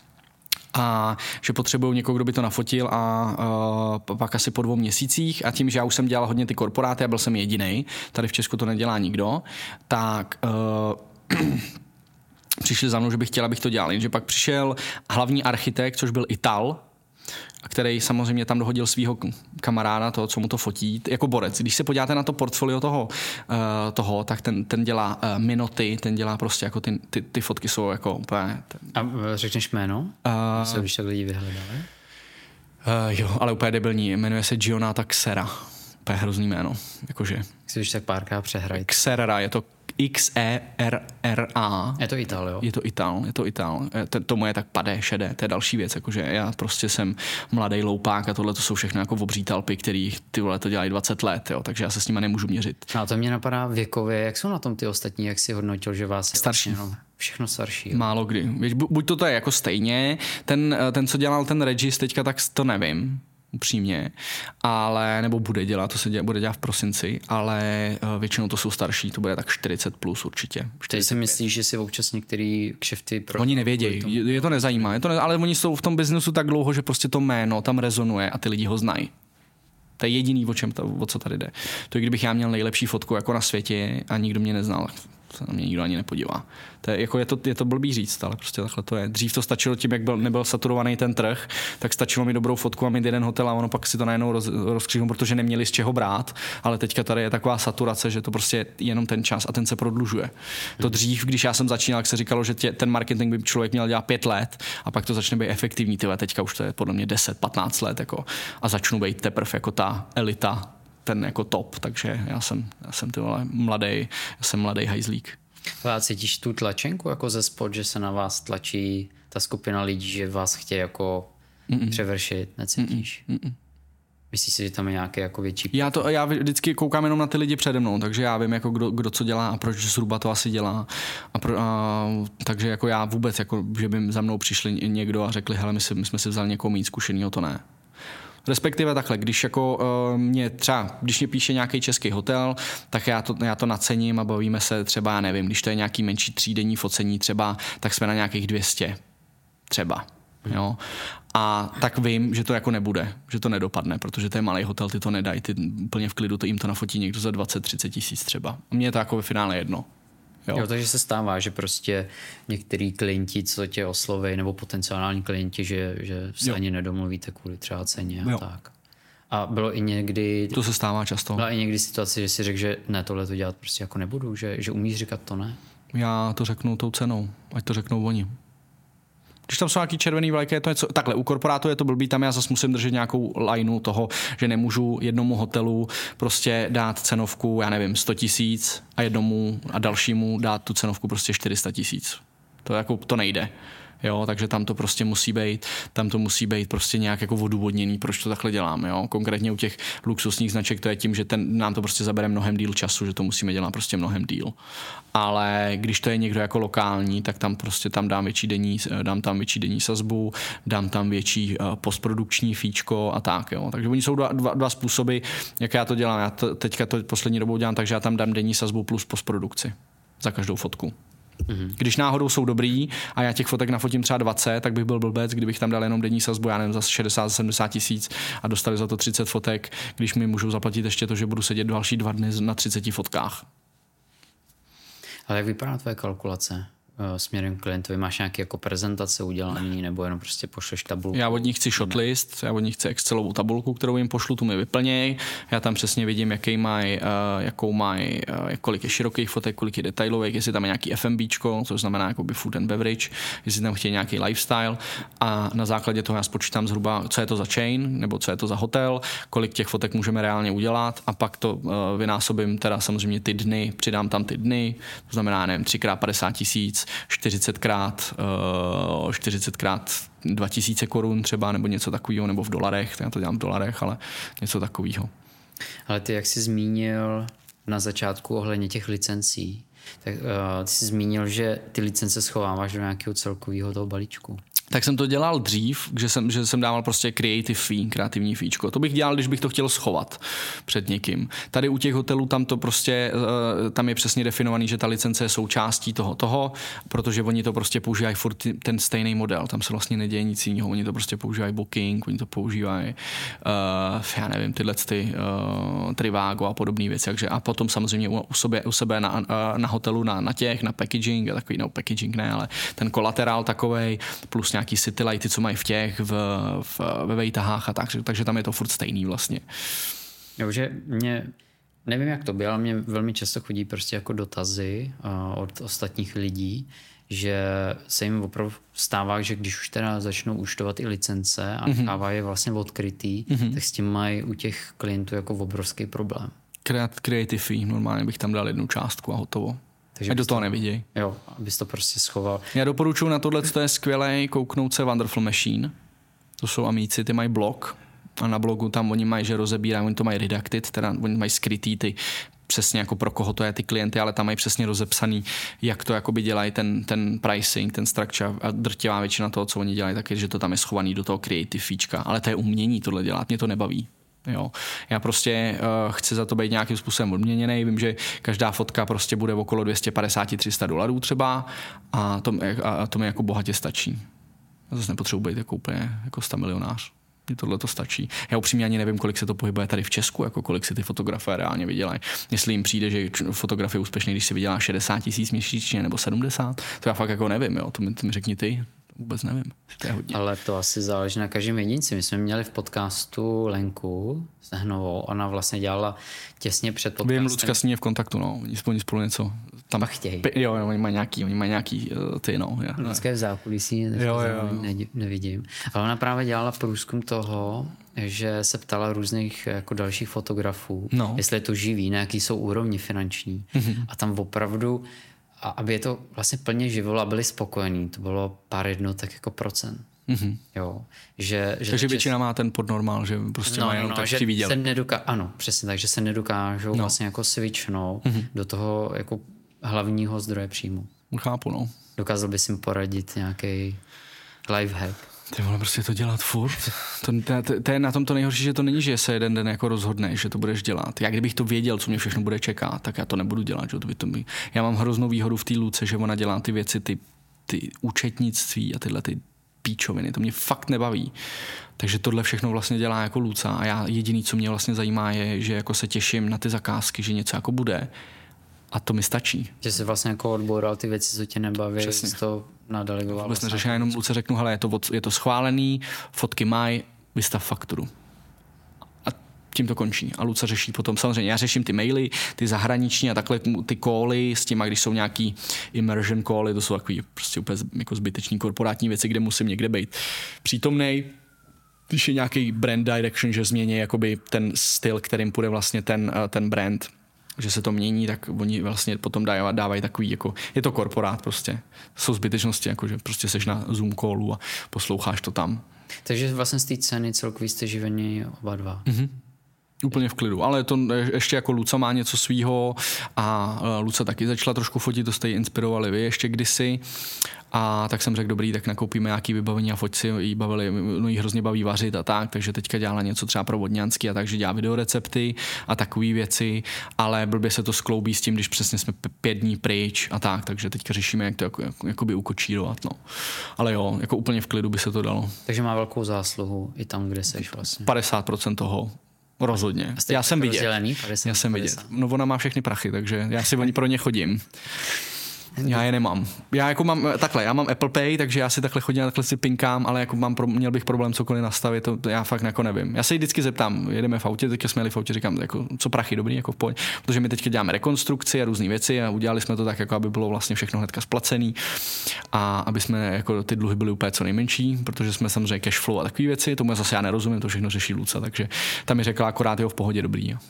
A že potřebují někoho, kdo by to nafotil a uh, pak asi po dvou měsících a tím, že já už jsem dělal hodně ty korporáty a byl jsem jedinej, tady v Česku to nedělá nikdo, tak uh, přišli za mnou, že bych chtěl, abych to dělal. Jenže pak přišel hlavní architekt, což byl Ital, který samozřejmě tam dohodil svého kamaráda, toho, co mu to fotí, jako borec. Když se podíváte na to portfolio toho, uh, toho tak ten, ten dělá uh, minoty, ten dělá prostě jako ty, ty, ty fotky jsou jako úplně... Ten... A řekneš jméno? Uh, se když tak lidi vyhledali? Uh, jo, ale úplně debilní. Jmenuje se Gionata Xera. Úplně hrozný jméno. Jakože... Si když tak párkrát přehraj. Xera, je to X E R R A. Je to Ital, jo? Je to Ital, je to Ital. To je tak padé, šedé, to je další věc, jakože já prostě jsem mladý loupák a tohle to jsou všechno jako obří talpy, který ty vole to dělají dvacet let, jo, takže já se s nima nemůžu měřit. A to mě napadá věkově, jak jsou na tom ty ostatní, jak si hodnotil, že vás je starší. Vlastně, no, všechno starší. Jo? Málo kdy. Víš, buď to, to je jako stejně, ten, ten co dělal ten Regis teďka, tak to nevím. Upřímně, ale, nebo bude dělat, to se dělá, bude dělat v prosinci, ale uh, většinou to jsou starší, to bude tak čtyřicet plus určitě. Ty si myslíš, že si občas některý kšefty... Pro... Oni nevědějí, je, je to nezajímá, je to ne, ale oni jsou v tom biznesu tak dlouho, že prostě to jméno tam rezonuje a ty lidi ho znají. To je jediný, o čem to, o co tady jde. To je, kdybych já měl nejlepší fotku jako na světě a nikdo mě neznal, se na mě nikdo ani nepodívá. To je, jako je, to, je to blbý říct, ale prostě takhle to je. Dřív to stačilo tím, jak byl, nebyl saturovaný ten trh, tak stačilo mi dobrou fotku a mít jeden hotel a ono pak si to najednou roz, rozkřížilo, protože neměli z čeho brát, ale teďka tady je taková saturace, že to prostě jenom ten čas a ten se prodlužuje. To dřív, když já jsem začínal, jak se říkalo, že tě, ten marketing by člověk měl dělat pět let a pak to začne být efektivní, tyhle, teďka už to je podle mě deset patnáct let jako, a začnu být teprve jako ta elita, ten jako top, takže já jsem, já jsem ty vole mladý, já jsem mladý hajzlík. A cítíš tu tlačenku jako ze spod, že se na vás tlačí ta skupina lidí, že vás chtějí jako Mm-mm. převršit, necítíš? Mm-mm. Myslíš si, že tam je nějaké jako větší... Já, to, já vždycky koukám jenom na ty lidi přede mnou, takže já vím, jako kdo, kdo co dělá a proč zhruba to asi dělá. A pro, a, takže jako já vůbec, jako, že by za mnou přišli někdo a řekli, hele, my, si, my jsme si vzali někoho méně zkušenýho, to ne. Respektive takhle, když jako uh, mě třeba, když mě píše nějaký český hotel, tak já to, já to nacením a bavíme se třeba, já nevím, když to je nějaký menší třídenní focení třeba, tak jsme na nějakých dvě stě třeba, jo. A tak vím, že to jako nebude, že to nedopadne, protože to je malý hotel, ty to nedají, ty úplně v klidu to jim to nafotí někdo za dvacet třicet tisíc třeba. A mně je to jako ve finále jedno. Jo. jo, takže se stává, že prostě některý klienti, co tě osloví, nebo potenciální klienti, že, že se jo. ani nedomluvíte kvůli třeba ceně a jo. tak. A bylo i někdy... To se stává často. Byla i někdy situace, že si řekl, že ne, tohle to dělat prostě jako nebudu, že, že umíš říkat to ne? Já to řeknu tou cenou, ať to řeknou oni. Když tam jsou nějaký červený vlajky, je to něco, takhle u korporátu je to blbý, tam já zase musím držet nějakou lineu toho, že nemůžu jednomu hotelu prostě dát cenovku, já nevím, sto tisíc a jednomu a dalšímu dát tu cenovku prostě čtyři sta tisíc. To jako, to nejde. Jo, takže tam to prostě musí být, tam to musí být prostě nějak jako odůvodněný, proč to takhle děláme, jo. Konkrétně u těch luxusních značek to je tím, že ten, nám to prostě zabere mnohem díl času, že to musíme dělat prostě mnohem díl. Ale když to je někdo jako lokální, tak tam prostě tam dám větší denní, dám tam větší denní sazbu, dám tam větší uh, postprodukční fíčko a tak, jo. Takže oni jsou dva, dva, dva způsoby, jak já to dělám. Já to, teďka to poslední dobou dělám, takže já tam dám denní sazbu plus postprodukci za každou fotku. Mm-hmm. Když náhodou jsou dobrý a já těch fotek nafotím třeba dvacet, tak bych byl blbec, kdybych tam dal jenom denní sazbu, já nevím, za šedesát sedmdesát tisíc a dostali za to třicet fotek, když mi můžou zaplatit ještě to, že budu sedět další dva dny na třiceti fotkách. Ale jak vypadá tvoje kalkulace? směrem k klientovi? Máš nějaké jako prezentace udělané nebo jenom prostě pošleš tabulku? Já od nich chci shotlist, já od nich chci Excelovou tabulku, kterou jim pošlu, tu mi vyplněj. Já tam přesně vidím, jaký mají, uh, jakou mají, uh, kolik je širokých fotek, kolik je detailových, jestli tam je nějaký FMBčko, což znamená jakoby food and beverage, jestli tam chtějí nějaký lifestyle a na základě toho já spočítám zhruba, co je to za chain, nebo co je to za hotel, kolik těch fotek můžeme reálně udělat a pak to uh, vynásobím teda samozřejmě ty dny, přidám tam ty dny, to znamená, nevím, tři krát padesát tisíc, čtyřicet krát, uh, čtyřicet krát dva tisíce korun třeba, nebo něco takového, nebo v dolarech, já to dělám v dolarech, ale něco takového. Ale ty, jak jsi zmínil na začátku ohledně těch licencí, tak uh, ty jsi zmínil, že ty licence schováváš do nějakého celkového toho balíčku. Tak jsem to dělal dřív, že jsem, že jsem dával prostě creative fee, kreativní fíčko. To bych dělal, když bych to chtěl schovat před někým. Tady u těch hotelů tam to prostě, tam je přesně definovaný, že ta licence je součástí toho toho, protože oni to prostě používají furt ten stejný model. Tam se vlastně neděje nic jiného. Oni to prostě používají Booking, oni to používají, uh, já nevím, tyhle ty uh, Trivago a podobné věci. Takže a potom samozřejmě u, u, sobě, u sebe na, na hotelu, na, na těch, na packaging, a takový, no packaging ne, ale ten kolaterál takovej, plus nějaký city lighty, co mají v těch, v, v, ve vejtahách a tak, takže tam je to furt stejný vlastně. Jo, že mě, nevím jak to bylo, ale mě velmi často chodí prostě jako dotazy uh, od ostatních lidí, že se jim opravdu stává, že když už teda začnou účtovat i licence a nechávají mm-hmm. je vlastně odkrytý, mm-hmm. tak s tím mají u těch klientů jako obrovský problém. Creative fee, normálně bych tam dal jednu částku a hotovo. Takže do toho neviděj. Jo, abys to prostě schoval. Já doporučuji na tohle, to je skvělé, kouknout se Wonderful Machine. To jsou amíci, ty mají blog a na blogu tam oni mají, že rozebírají, oni to mají redacted, teda oni mají skrytý ty přesně jako pro koho to je ty klienty, ale tam mají přesně rozepsaný, jak to jakoby dělají ten, ten pricing, ten structure a drtivá většina toho, co oni dělají, tak je, že to tam je schovaný do toho creative feačka, ale to je umění tohle dělat, mě to nebaví. Jo. Já prostě uh, chci za to být nějakým způsobem odměněný. Vím, že každá fotka prostě bude okolo dvě stě padesát až tři sta dolarů třeba a to, a to mi jako bohatě stačí. Já zase nepotřebuji být jako úplně jako sta milionář. Mně tohle to stačí. Já upřímně ani nevím, kolik se to pohybuje tady v Česku, jako kolik si ty fotografie reálně vydělají. Jestli jim přijde, že fotograf je úspěšný, když si vydělá šedesát tisíc měsíčně nebo sedmdesát, to já fakt jako nevím, jo. To mi, to mi řekni ty. Vůbec nevím. To je hodně. Ale to asi záleží na každém jedinci. My jsme měli v podcastu Lenku Stehnovou. Ona vlastně dělala těsně před podcastem. Vím, Lucka s ní je v kontaktu, no. Oni spolu, spolu něco. Tam chtějí. Jo, jo, oni mají nějaký, oni mají nějaký ty, no. Já, Lucka je v zákulisí, jo, jo, jo. Ne, nevidím. Ale ona právě dělala průzkum toho, že se ptala různých jako dalších fotografů, no. jestli je to živý, na jaký jsou úrovni finanční. Mm-hmm. A tam opravdu a aby je to vlastně plně živilo a byli spokojení. To bylo pár jednotek jako procent. Mm-hmm. Jo. Že, že Takže čes... většina má ten podnormál, že prostě no, má jenom no, tak že ti viděl. Se nedoká... Ano, přesně tak, že se nedokážou no. vlastně jako switchnout mm-hmm. do toho jako hlavního zdroje příjmu. Chápu, no. Dokázal bys jim poradit nějaký lifehack? Ty vole, prostě to dělat furt. To, to, to je na tom to nejhorší, že to není, že se jeden den jako rozhodneš, že to budeš dělat. Já kdybych to věděl, co mě všechno bude čekat, tak já to nebudu dělat. Že? To by to by... Já mám hroznou výhodu v té Luce, že ona dělá ty věci, ty, ty účetnictví a tyhle ty píčoviny. To mě fakt nebaví. Takže tohle všechno vlastně dělá jako Luca a já jediný, co mě vlastně zajímá, je, že jako se těším na ty zakázky, že něco jako bude. A to mi stačí. Že jsi vlastně jako odboural ty věci, co tě nebaví, jsi to nadelegoval. Vůbec vlastně neřeším, jenom Luce řeknu, hele, je to, je to schválený, fotky mají, vystav fakturu. A tím to končí. A Luca řeší potom, samozřejmě já řeším ty maily, ty zahraniční a takhle ty cally s tím, a když jsou nějaký immersion cally, to jsou takový prostě úplně jako zbytečný korporátní věci, kde musím někde být přítomnej. Když je nějaký brand direction, že změní jakoby ten styl, kterým půjde vlastně ten, ten brand, že se to mění, tak oni vlastně potom dávají, dávají takový, jako, je to korporát prostě. Jsou zbytečnosti, jako, že prostě seš na Zoom callu a posloucháš to tam. Takže vlastně z té ceny celkový jste živení oba dva. Mm-hmm. Úplně v klidu, ale to ještě jako Luca má něco svýho a Luca taky začala trošku fotit, to jste ji inspirovali vy ještě kdysi a tak jsem řekl, dobrý, tak nakoupíme nějaký vybavení a foťci jí bavili, no jí hrozně baví vařit a tak, takže teďka dělala něco třeba pro Vodňanský a takže dělá videorecepty a takové věci, ale blbě se to skloubí s tím, když přesně jsme pět dní pryč a tak, takže teďka řešíme, jak to jako, jako, jakoby ukočírovat, no. Ale jo, jako úplně v klidu by se to dalo. Takže má velkou zásluhu i tam, kde seš vlastně. padesát procent toho. Rozhodně. Já jsem vidět. Rozdělený, padesát, já jsem vidět. No ona má všechny prachy, takže já si oni pro ně chodím. Já je nemám. Já jako mám takhle, já mám Apple Pay, takže já si takhle chodím, takhle si pinkám, ale jako mám pro, měl bych problém cokoliv nastavit, to, to já fakt jako nevím. Já se vždycky zeptám, jedeme v autě, teďka jsme jeli v autě, říkám, jako, co prachy, dobrý, jako v pohodě, protože my teďka děláme rekonstrukci a různé věci a udělali jsme to tak, jako aby bylo vlastně všechno hnedka splacený a aby jsme jako ty dluhy byly úplně co nejmenší, protože jsme samozřejmě cash flow a takové věci, tomu zase já nerozumím, to všechno řeší Luca, takže tam mi řekla akorát jo v pohodě, dobrý. Jo.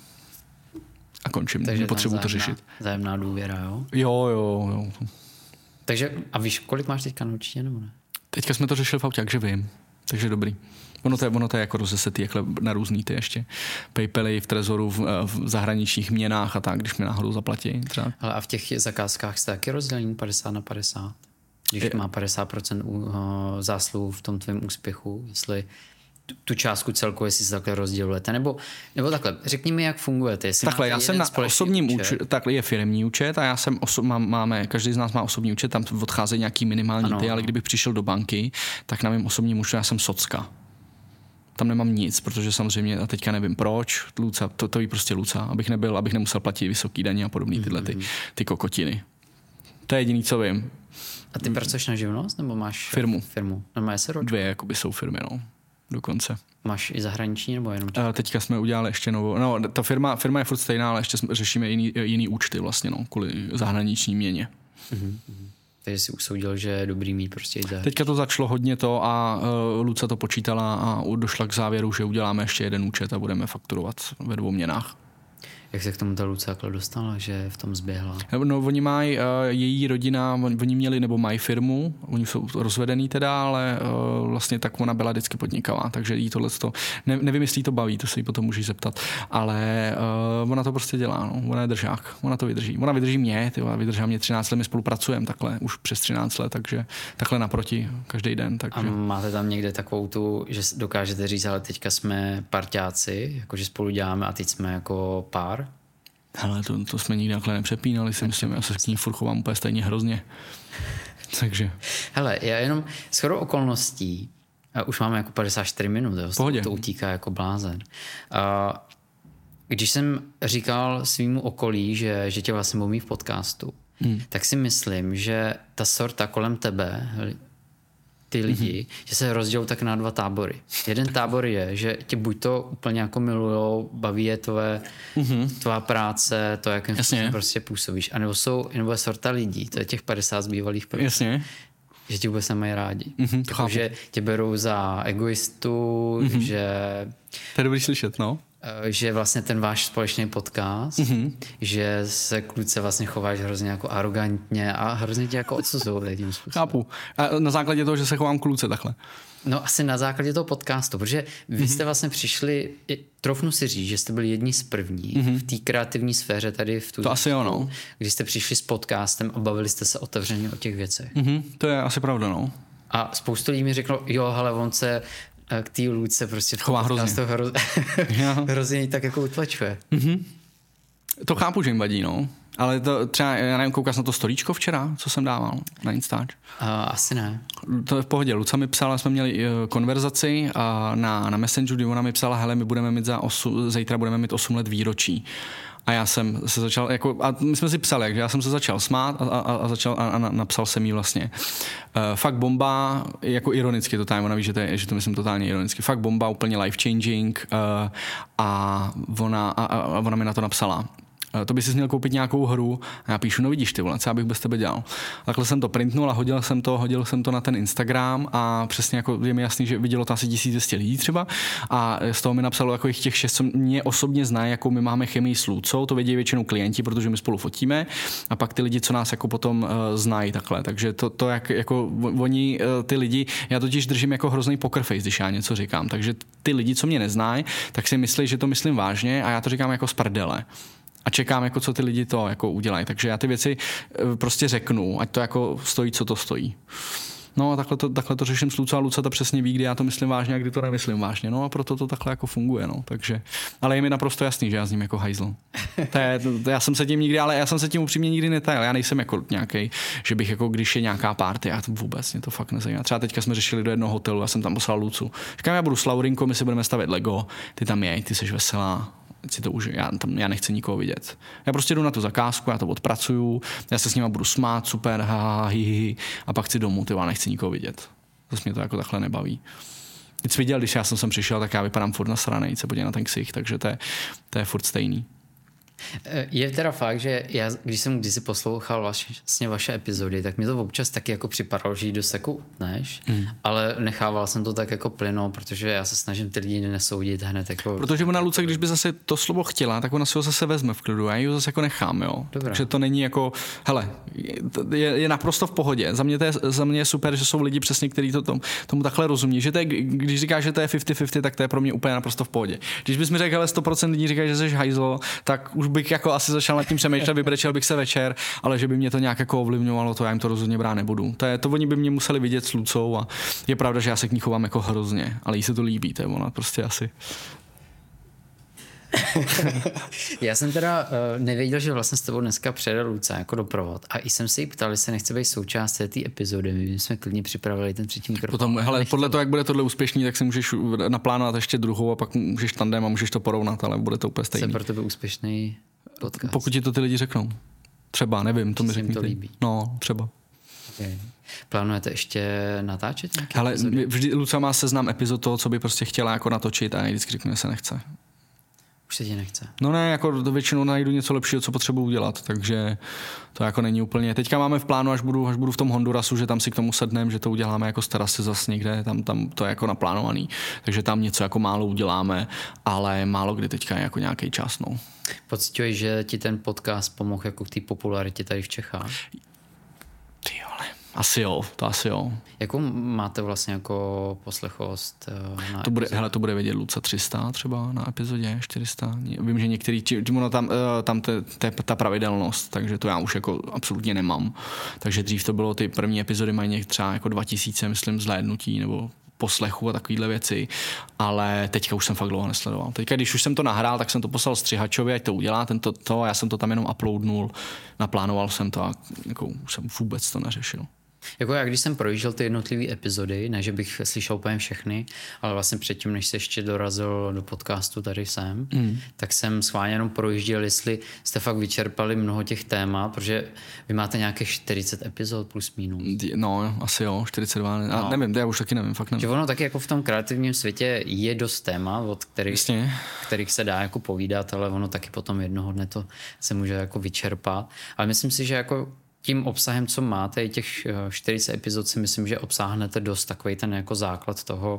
A končím, takže potřebuji to řešit. Vzájemná důvěra, jo? Jo, jo, jo. Takže, a víš, kolik máš teďka určitě, nebo ne? Teďka jsme to řešili v autě, takže vím. Takže dobrý. Ono to je, ono to je jako rozesetý jakhle na různý ty ještě PayPaly v trezoru, v, v zahraničních měnách a tak, když mi náhodou zaplatí. Třeba. Ale a v těch zakázkách jste taky rozdělení padesát na padesát? Když je, má padesát procent zásluh v tom tvém úspěchu, jestli tu částku celku, jestli se takhle rozdělujete, nebo, nebo takhle, řekni mi, jak fungujete. Jestli takhle, já jsem na osobním účet, takhle je firemní účet a já jsem, oso, mám, máme, každý z nás má osobní účet, tam odcházejí nějaký minimální ano, ty, ale kdybych přišel do banky, tak na mém osobním účtu já jsem socka. Tam nemám nic, protože samozřejmě, a teďka nevím proč, Luca, to, to ví prostě Luca, abych nebyl, abych nemusel platit vysoký daně a podobný tyhle ty, ty kokotiny. To je jediný, co vím. A ty pracuješ na živnost, nebo máš firmu? Firmu. No, má SROčko? Dvě, jakoby jsou firmy, no. Dokonce. Máš i zahraniční nebo jenom českou? Teďka jsme udělali ještě novou. No, ta firma, firma je furt stejná, ale ještě řešíme jiný, jiný účty vlastně, no, kvůli zahraniční měně. Mm-hmm. Takže si usoudil, že je dobrý mít prostě i zahraniční. Teďka to začalo hodně to a uh, Luca to počítala a došla k závěru, že uděláme ještě jeden účet a budeme fakturovat ve dvou měnách. Jak se k tomu ta Luca takhle dostala, že v tom zběhla? No, oni mají, uh, její rodina, on, oni měli nebo mají firmu, oni jsou rozvedený teda, ale uh, vlastně tak ona byla vždycky podnikavá, takže jí tohle to, ne, nevím, jestli jí to baví, to se jí potom můžeš zeptat, ale uh, ona to prostě dělá, no, ona je držák, ona to vydrží, ona vydrží mě, tyva, vydrží mě třináct let, my spolupracujeme takhle, už přes třináct let, takže takhle naproti každý den. Takže. A máte tam někde takovou tu, že dokážete říct, ale teďka jsme parťáci, jakože spolu děláme a teď jsme jako pár? Hele, to, to jsme nikdy takhle nepřepínali, si myslím, já se s ní furt chovám úplně stejně hrozně. Takže. Hele, já jenom shodou okolností, už máme jako padesát čtyři minut, jo, to utíká jako blázen. A když jsem říkal svýmu okolí, že, že tě vlastně budu mít v podcastu, hmm. tak si myslím, že ta sorta kolem tebe, ty lidi, mm-hmm. že se rozdělou tak na dva tábory. Jeden tábor je, že tě buď to úplně jako milujou, baví je tvoje, mm-hmm. tvá práce, to, jakým způsobem prostě působíš. A nebo jsou, nebo je sorta lidí, to je těch padesát zbývalých procent. Jasně. Že tě vůbec nemají rádi. Mm-hmm, jako, že tě berou za egoistu, mm-hmm. že... To je dobrý slyšet, no. Že vlastně ten váš společný podcast, mm-hmm. že se kluci vlastně chováš hrozně jako arrogantně a hrozně tě jako odsuzují tím způsobem. Chápu. A na základě toho, že se chovám kluce takhle. No asi na základě toho podcastu, protože vy mm-hmm. jste vlastně přišli, trofnu si říct, že jste byli jedni z prvních mm-hmm. v té kreativní sféře tady v tu to asi ono. Když jste přišli s podcastem a bavili jste se otevřeně o těch věcech. Mm-hmm. To je asi pravda, no. A spoustu lidí mi řeklo, jo, hele, on se k té Luce prostě chová hrozně. Hro... hrozně tak jako utlačuje. Mm-hmm. To chápu, že jim vadí, no. Ale to třeba, já nevím, koukáš na to storíčko včera, co jsem dával na Instač? Uh, asi ne. To je v pohodě. Luca mi psala, jsme měli uh, konverzaci uh, na, na Messengeru, kdy ona mi psala, hele, my budeme mít za osu, zítra budeme mít osm let výročí. A já jsem se začal, jako, a my jsme si psali, takže já jsem se začal smát a, a, a, začal, a, a napsal jsem jí vlastně. Uh, fakt bomba, jako ironicky to tam, ona ví, že to, je, že to myslím totálně ironicky. Fakt bomba, úplně life changing uh, a, ona, a, a ona mi na to napsala. To by si měl koupit nějakou hru a já píšu, no vidíš ty vole, co já bych bez tebe dělal. Takhle jsem to printnul a hodil jsem to, hodil jsem to na ten Instagram a přesně jako je mi jasný, že vidělo to asi tisíc dvě stě lidí třeba a z toho mi napsalo jako jich těch šest, co mě osobně znají, jako my máme chemii s Lucou, to vědí většinou klienti, protože my spolu fotíme a pak ty lidi, co nás jako potom uh, znají takhle, takže to, to jak, jako oni, uh, ty lidi, já totiž držím jako hrozný poker face, když já něco říkám, takže ty lidi, co mě neznají, tak si myslí, že to myslím vážně a já to říkám jako z prdele. A čekám, jako, co ty lidi to jako udělají. Takže já ty věci prostě řeknu, ať to jako stojí, co to stojí. No a takhle to, takhle to řeším s Lucou a Luca to přesně ví, kdy já to myslím vážně a kdy to nemyslím vážně. No a proto to takhle jako funguje. No. Takže, ale je mi naprosto jasný, že já s ním jako hajzl. To je, to, já jsem se tím nikdy, ale já jsem se tím upřímně nikdy netajil. Já nejsem jako nějaký, že bych jako, když je nějaká party, já to vůbec mě to fakt nezajímá. Třeba teďka jsme řešili do jednoho hotelu, já jsem tam poslal Lucu. Říkám, já budu s Laurinkou, my si budeme stavět Lego, ty tam jej, ty jsi veselá. si to už, já, tam, já nechci nikoho vidět. Já prostě jdu na tu zakázku, já to odpracuju, já se s nima budu smát, super, ha, ha, hi, hi, a pak chci domů, ty já nechci nikoho vidět. Zase mě to jako takhle nebaví. Teď jsi viděl, když já jsem sem přišel, tak já vypadám furt nasranej, se podívej na ten ksich, takže to je, to je furt stejný. Je teda fakt, že já, když jsem kdysi poslouchal vlastně vaše epizody, tak mi to občas taky jako připadalo, že jí dost jako utneš, mm. ale nechával jsem to tak jako plynout, protože já se snažím ty lidi nesoudit hned jako... Protože ona Luce, když by zase to slovo chtěla, tak ona si ho zase vezme v klidu, já ji ho zase jako nechám, jo. Dobrá. Takže to není jako, hele, je, je naprosto v pohodě. Za mě, to je, za mě je super, že jsou lidi přesně, kteří to tom, tomu takhle rozumí, že to je, když říkáš, že to je padesát padesát, tak to je pro mě úplně naprosto v pohodě. Když bys mi řekl, ale sto procent lidí říká, že jsi hajzlo, tak už bych jako asi začal nad tím přemýšlet, vybrečel bych se večer, ale že by mě to nějak jako ovlivňovalo, to já jim to rozhodně brát nebudu. To, je, to oni by mě museli vidět s Lucou a je pravda, že já se k ní chovám jako hrozně, ale jí se to líbí, to je ona prostě asi. Já jsem teda uh, nevěděl, že vlastně s tebou dneska přijede Luca jako doprovod a i jsem se jí ptal, jestli nechce být součást té epizody, my jsme klidně připravili ten třetí mikrofon. Potom, hele, podle toho, jak bude tohle úspěšný, tak si můžeš naplánovat ještě druhou a pak můžeš tandem a můžeš to porovnat, ale bude to úplně stejný. Co je pro tebe úspěšný podcast? Pokud ti to ty lidi řeknou. Třeba, nevím, to mi řekni. to líbí. No, třeba. Okay. Plánujete ještě natáčet nějaké hele, epizody? Vždy Luca má seznam epizod toho, co by prostě chtěla jako natočit a vždycky řekne, že se nechce. Už se ti nechce. No ne, jako většinou najdu něco lepšího, co potřebuji udělat, takže to jako není úplně. Teďka máme v plánu, až budu, až budu v tom Hondurasu, že tam si k tomu sedneme, že to uděláme jako z terasy zase někde, tam, tam to je jako naplánovaný, takže tam něco jako málo uděláme, ale málo kdy teďka je jako nějaký čas, no. Pociťuješ, že ti ten podcast pomohl jako k té popularitě tady v Čechách? Ty vole, asi jo, to asi jo. Jakou máte vlastně jako poslechovost na to bude, hele, to bude vědět Luca tři sta třeba na epizodě, čtyři sta. Vím, že některý, ono tam, tam te, te, ta pravidelnost, takže to já už jako absolutně nemám. Takže dřív to bylo, ty první epizody mají někde třeba jako dva tisíce, myslím, zhlédnutí nebo poslechu a takovýhle věci, ale teďka už jsem fakt dlouho nesledoval. Teďka, když už jsem to nahrál, tak jsem to poslal střihačovi, ať to udělá, tento, to, já jsem to tam jenom uploadnul, naplánoval jsem to a jako už jsem vůbec to neřešil. Jako já, když jsem projížděl ty jednotlivé epizody, ne, že bych slyšel úplně všechny, ale vlastně předtím, než se ještě dorazil do podcastu tady jsem, mm. tak jsem schválně jenom projížděl, jestli jste fakt vyčerpali mnoho těch témat, protože vy máte nějaké čtyřicet epizod plus minus. No, asi jo, čtyřicet dva, no. A nevím, já už taky nevím, fakt nevím. Že ono taky jako v tom kreativním světě je dost téma, od kterých, kterých se dá jako povídat, ale ono taky potom jednoho dne to se může jako vyčerpat. Ale myslím si, že jako tím obsahem, co máte, i těch čtyřicet epizod, si myslím, že obsáhnete dost takový ten jako základ toho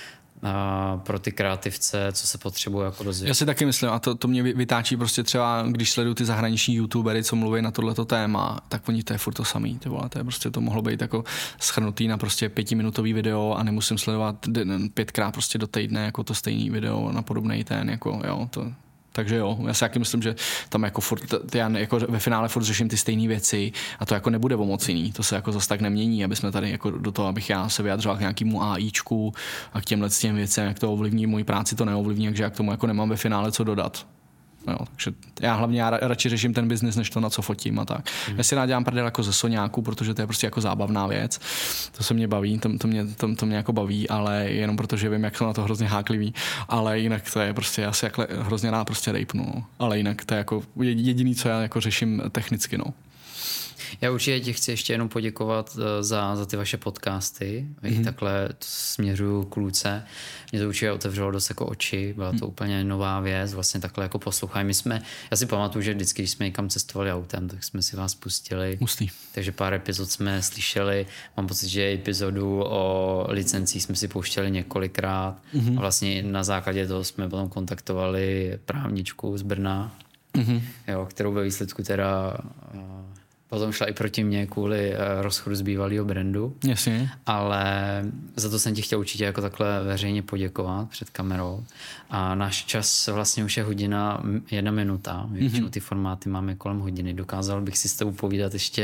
a pro ty kreativce, co se potřebuje jako dozvědět. Já si taky myslím, a to, to mě vytáčí prostě třeba, když sleduju ty zahraniční youtubery, co mluví na tohleto téma, tak oni to je furt to samý, ty vole, to je prostě, to mohlo být jako shrnutý na prostě pětiminutový video a nemusím sledovat pětkrát prostě do týdne jako to stejný video na podobný ten, jako jo, to... Takže jo, já si taky myslím, že tam jako furt, já jako ve finále furt řeším ty stejné věci a to jako nebude o moc jiný, to se jako zase tak nemění, aby jsme tady jako do toho, abych já se vyjadřoval k nějakému AIčku a k těmhle těm věcem, jak to ovlivní moji práci, to neovlivní, takže já k tomu jako nemám ve finále co dodat. Jo, takže já hlavně já radši řeším ten biznis, než to, na co fotím a tak. Mm. Já si rád dělám prdel jako ze soňáku, protože to je prostě jako zábavná věc. To se mě baví, to, to, mě, to, to mě jako baví, ale jenom protože vím, jak jsou na to hrozně háklivý. Ale jinak to je prostě, já si jakhle hrozně rád prostě rejpnu. No. Ale jinak to je jako jediný, co já jako řeším technicky. No. Já určitě ti chci ještě jenom poděkovat za, za ty vaše podcasty. Mm-hmm. Takhle směřuju k Luce. Mě to určitě otevřelo dost jako oči. Byla to mm. úplně nová věc. Vlastně takhle jako poslouchaj. My jsme, já si pamatuju, že vždycky, když jsme někam cestovali autem, tak jsme si vás pustili. Hustý. Takže pár epizod jsme slyšeli. Mám pocit, že epizodu o licencích jsme si pouštěli několikrát. Mm-hmm. A vlastně na základě toho jsme potom kontaktovali právničku z Brna, mm-hmm. jo, kterou ve výsledku teda... Potom šla i proti mně kvůli rozchodu z bývalého brandu. Jasně. Ale za to jsem ti chtěl určitě jako takhle veřejně poděkovat před kamerou. A náš čas vlastně už je hodina, jedna minuta. Většinou ty formáty máme kolem hodiny. Dokázal bych si s tebou povídat ještě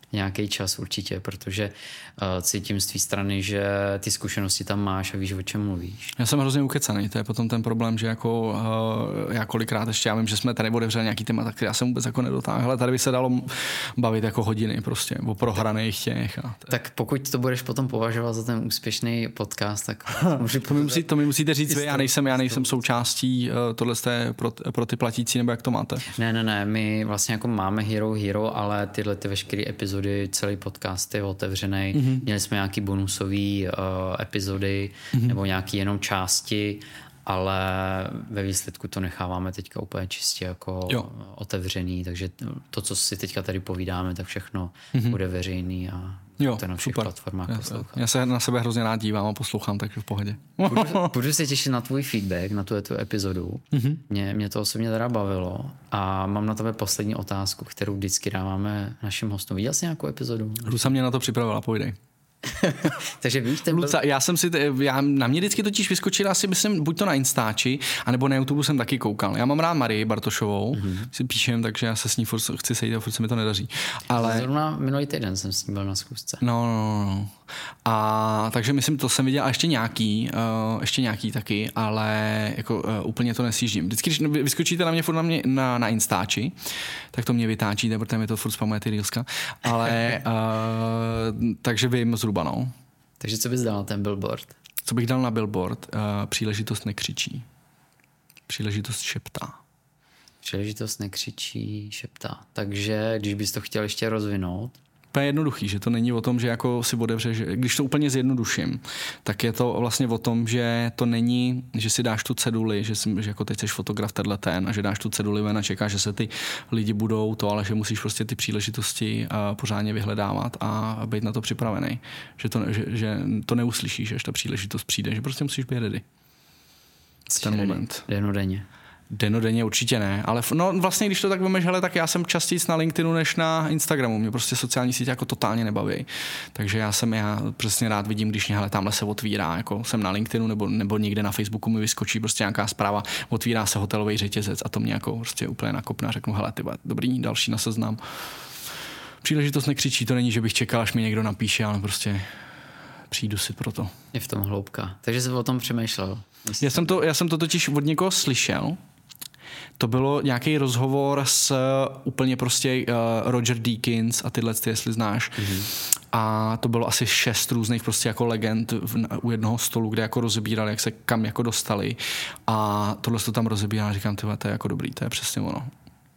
Nějaký čas určitě, protože uh, cítím z tvý strany, že ty zkušenosti tam máš a víš, o čem mluvíš. Já jsem hrozně ukecaný, to je potom ten problém, že jako uh, já kolikrát ještě, já vím, že jsme tady otevřeli nějaký téma, tak já jsem vůbec jako nedotáhl, ale tady by se dalo bavit jako hodiny prostě o prohraných těch. A tak pokud to budeš potom považovat za ten úspěšný podcast, tak můžu to, mi musí, to mi musíte říct vy, já nejsem, já nejsem součástí uh, tohle jste pro, pro ty platící, nebo jak to máte? Ne, ne, ne, my vlastně jako máme Hero Hero, ale tyhle ty veškeré epizody, celý podcast je otevřený. Mm-hmm. Měli jsme nějaký bonusový uh, epizody mm-hmm. nebo nějaký jenom části, ale ve výsledku to necháváme teďka úplně čistě jako jo. otevřený, takže to, co si teďka tady povídáme, tak všechno mm-hmm. bude veřejný a jo, to na všech super. platformách já, poslouchat. Já se na sebe hrozně rád dívám a poslouchám, takže v pohodě. Budu, budu se těšit na tvůj feedback, na tu, tu epizodu. Mm-hmm. Mě, mě to osobně teda bavilo a mám na tebe poslední otázku, kterou vždycky dáváme našim hostům. Viděl jsi nějakou epizodu? Luca mě na to připravila, povídej. Takže víš, ten Luca, já jsem si, já, na mě vždycky totiž vyskočila asi, myslím, buď to na Instači, anebo na YouTube jsem taky koukal. Já mám rád Marii Bartošovou, mm-hmm. si píšem, takže já se s ní furt chci sejít a furt se mi to nedaří. Ale... Zrovna minulý týden jsem s ní byl na zkusce. No, no, no. A takže myslím, to jsem viděl a ještě nějaký, uh, ještě nějaký taky, ale jako uh, úplně to nesjíždím. Vždycky, když vyskočíte na mě furt na, mě, na, na Instači, tak to mě vytáčíte, protože mi to furt spamuje ty reelska, ale uh, takže vím zhruba, no. Takže co bys dal na ten billboard? Co bych dal na billboard? Uh, příležitost nekřičí. Příležitost šeptá. Příležitost nekřičí, šeptá. Takže když bys to chtěl ještě rozvinout? To je jednoduchý, že to není o tom, že jako si otevře, že když to úplně zjednoduším, tak je to vlastně o tom, že to není, že si dáš tu ceduli, že, si, že jako teď jsi fotograf tenhle ten a že dáš tu ceduli ven a čekáš, že se ty lidi budou to, ale že musíš prostě ty příležitosti uh, pořádně vyhledávat a být na to připravený. Že to, že, že to neuslyšíš, až ta příležitost přijde, že prostě musíš být ready. V ten moment. Denodenně. Denodenně určitě ne, ale no vlastně, když to tak vemeš, hele, tak já jsem častěji na LinkedInu než na Instagramu. Mě prostě sociální sítě jako totálně nebaví. Takže já jsem, já přesně rád vidím, když mě, hele, tamhle se otvírá, jako jsem na LinkedInu nebo, nebo někde na Facebooku mi vyskočí prostě nějaká zpráva, otvírá se hotelový řetězec a to mě jako prostě úplně nakopne a řeknu, hele, ty dobrý, další na seznam. Příležitost nekřičí, to není, že bych čekal, až mi někdo napíše, ale prostě přijdu si pro to. Je v tom hloubka. Takže jsem o tom přemýšlel. Já jsem to, já jsem to totiž od někoho slyšel. To bylo nějaký rozhovor s uh, úplně prostě uh, Roger Deakins a tyhle, ty, jestli znáš. Mm-hmm. A to bylo asi šest různých prostě jako legend v, u jednoho stolu, kde jako rozebírali, jak se kam jako dostali. A tohle to tam rozebírá a říkám, tyhle, to je jako dobrý, to je přesně ono.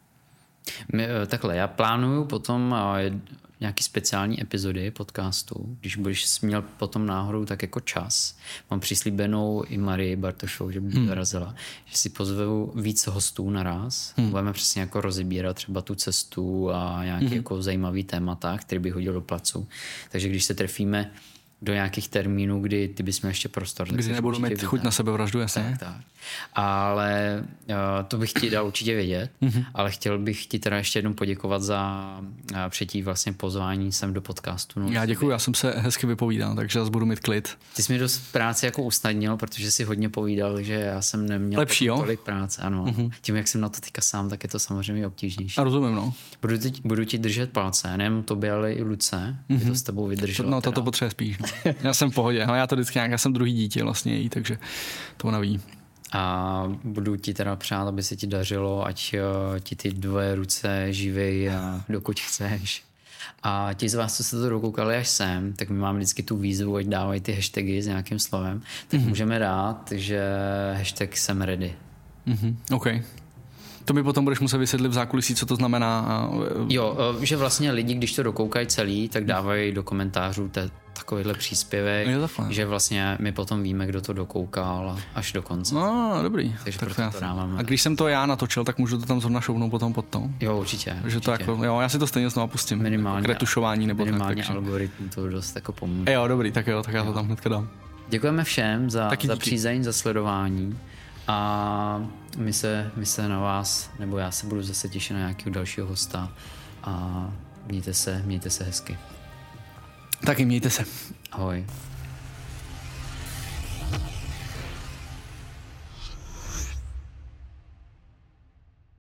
My, takhle, já plánuju potom uh, nějaký speciální epizody podcastu, když budeš měl potom náhodou tak jako čas. Mám přislíbenou i Marii Bartošovou, že by hmm. dorazila, že si pozvu víc hostů naraz. Hmm. Budeme přesně jako rozebírat třeba tu cestu a nějaký hmm. jako zajímavý témata, který by hodil do placu. Takže když se trefíme do nějakých termínů, kdy ty bys měl ještě prostor. Kdy nebudu mít chuť na sebevraždu, jasně. Tak, tak. Ale uh, to bych ti dal určitě vědět, mm-hmm. ale chtěl bych ti teda ještě jednou poděkovat za uh, přetí vlastně pozvání sem do podcastu. No, já děkuju, já jsem se hezky vypovídal, takže zase budu mít klid. Ty jsi mi dost práci jako usnadnil, protože jsi hodně povídal, že já jsem neměl Lepší, tolik práce. Ano. Mm-hmm. Tím, jak jsem na to teďka sám, tak je to samozřejmě obtížnější. A rozumím, no. Budu ti, budu ti držet palce, nejen tobě, ale i Luce, mm-hmm. to s tebou vydrželo. No, to to potřebuje spíš. No. Já jsem v pohodě, ale já to vždycky nějak, já jsem druhý dítě vlastně jí, takže to ona ví. A budu ti teda přát, aby se ti dařilo, ať uh, ti ty dvoje ruce živej, uh, dokud chceš. A ti z vás, co se to dokoukali až sem, tak my máme vždycky tu výzvu, ať dávají ty hashtagy s nějakým slovem. Tak mm-hmm. můžeme dát, že hashtag jsem ready. Mm-hmm. OK. To mi potom budeš muset vysvětlit v zákulisí, co to znamená. A... Jo, že vlastně lidi, když to dokoukají celý, tak dávají do komentářů te, takovýhle příspěvek, že vlastně my potom víme, kdo to dokoukal až do konce. No, dobrý. Takže tak proto to dáváme. A když jsem to já natočil, tak můžu to tam zrovna šouvnout potom pod to? Jo, určitě. Takže určitě. to jako, jo, já si to stejně znovu pustím. Minimálně. K retušování nebo minimálně tak. Takže... algoritm to dost jako pomůže. Jo, dobrý, tak jo, tak já to tam hnedka dám. Děkujeme všem za, za přízeň, za sledování a my se, my se na vás, nebo já se budu zase těšit na nějakého dalšího hosta a mějte se, mějte se hezky. Taky mějte se. Ahoj.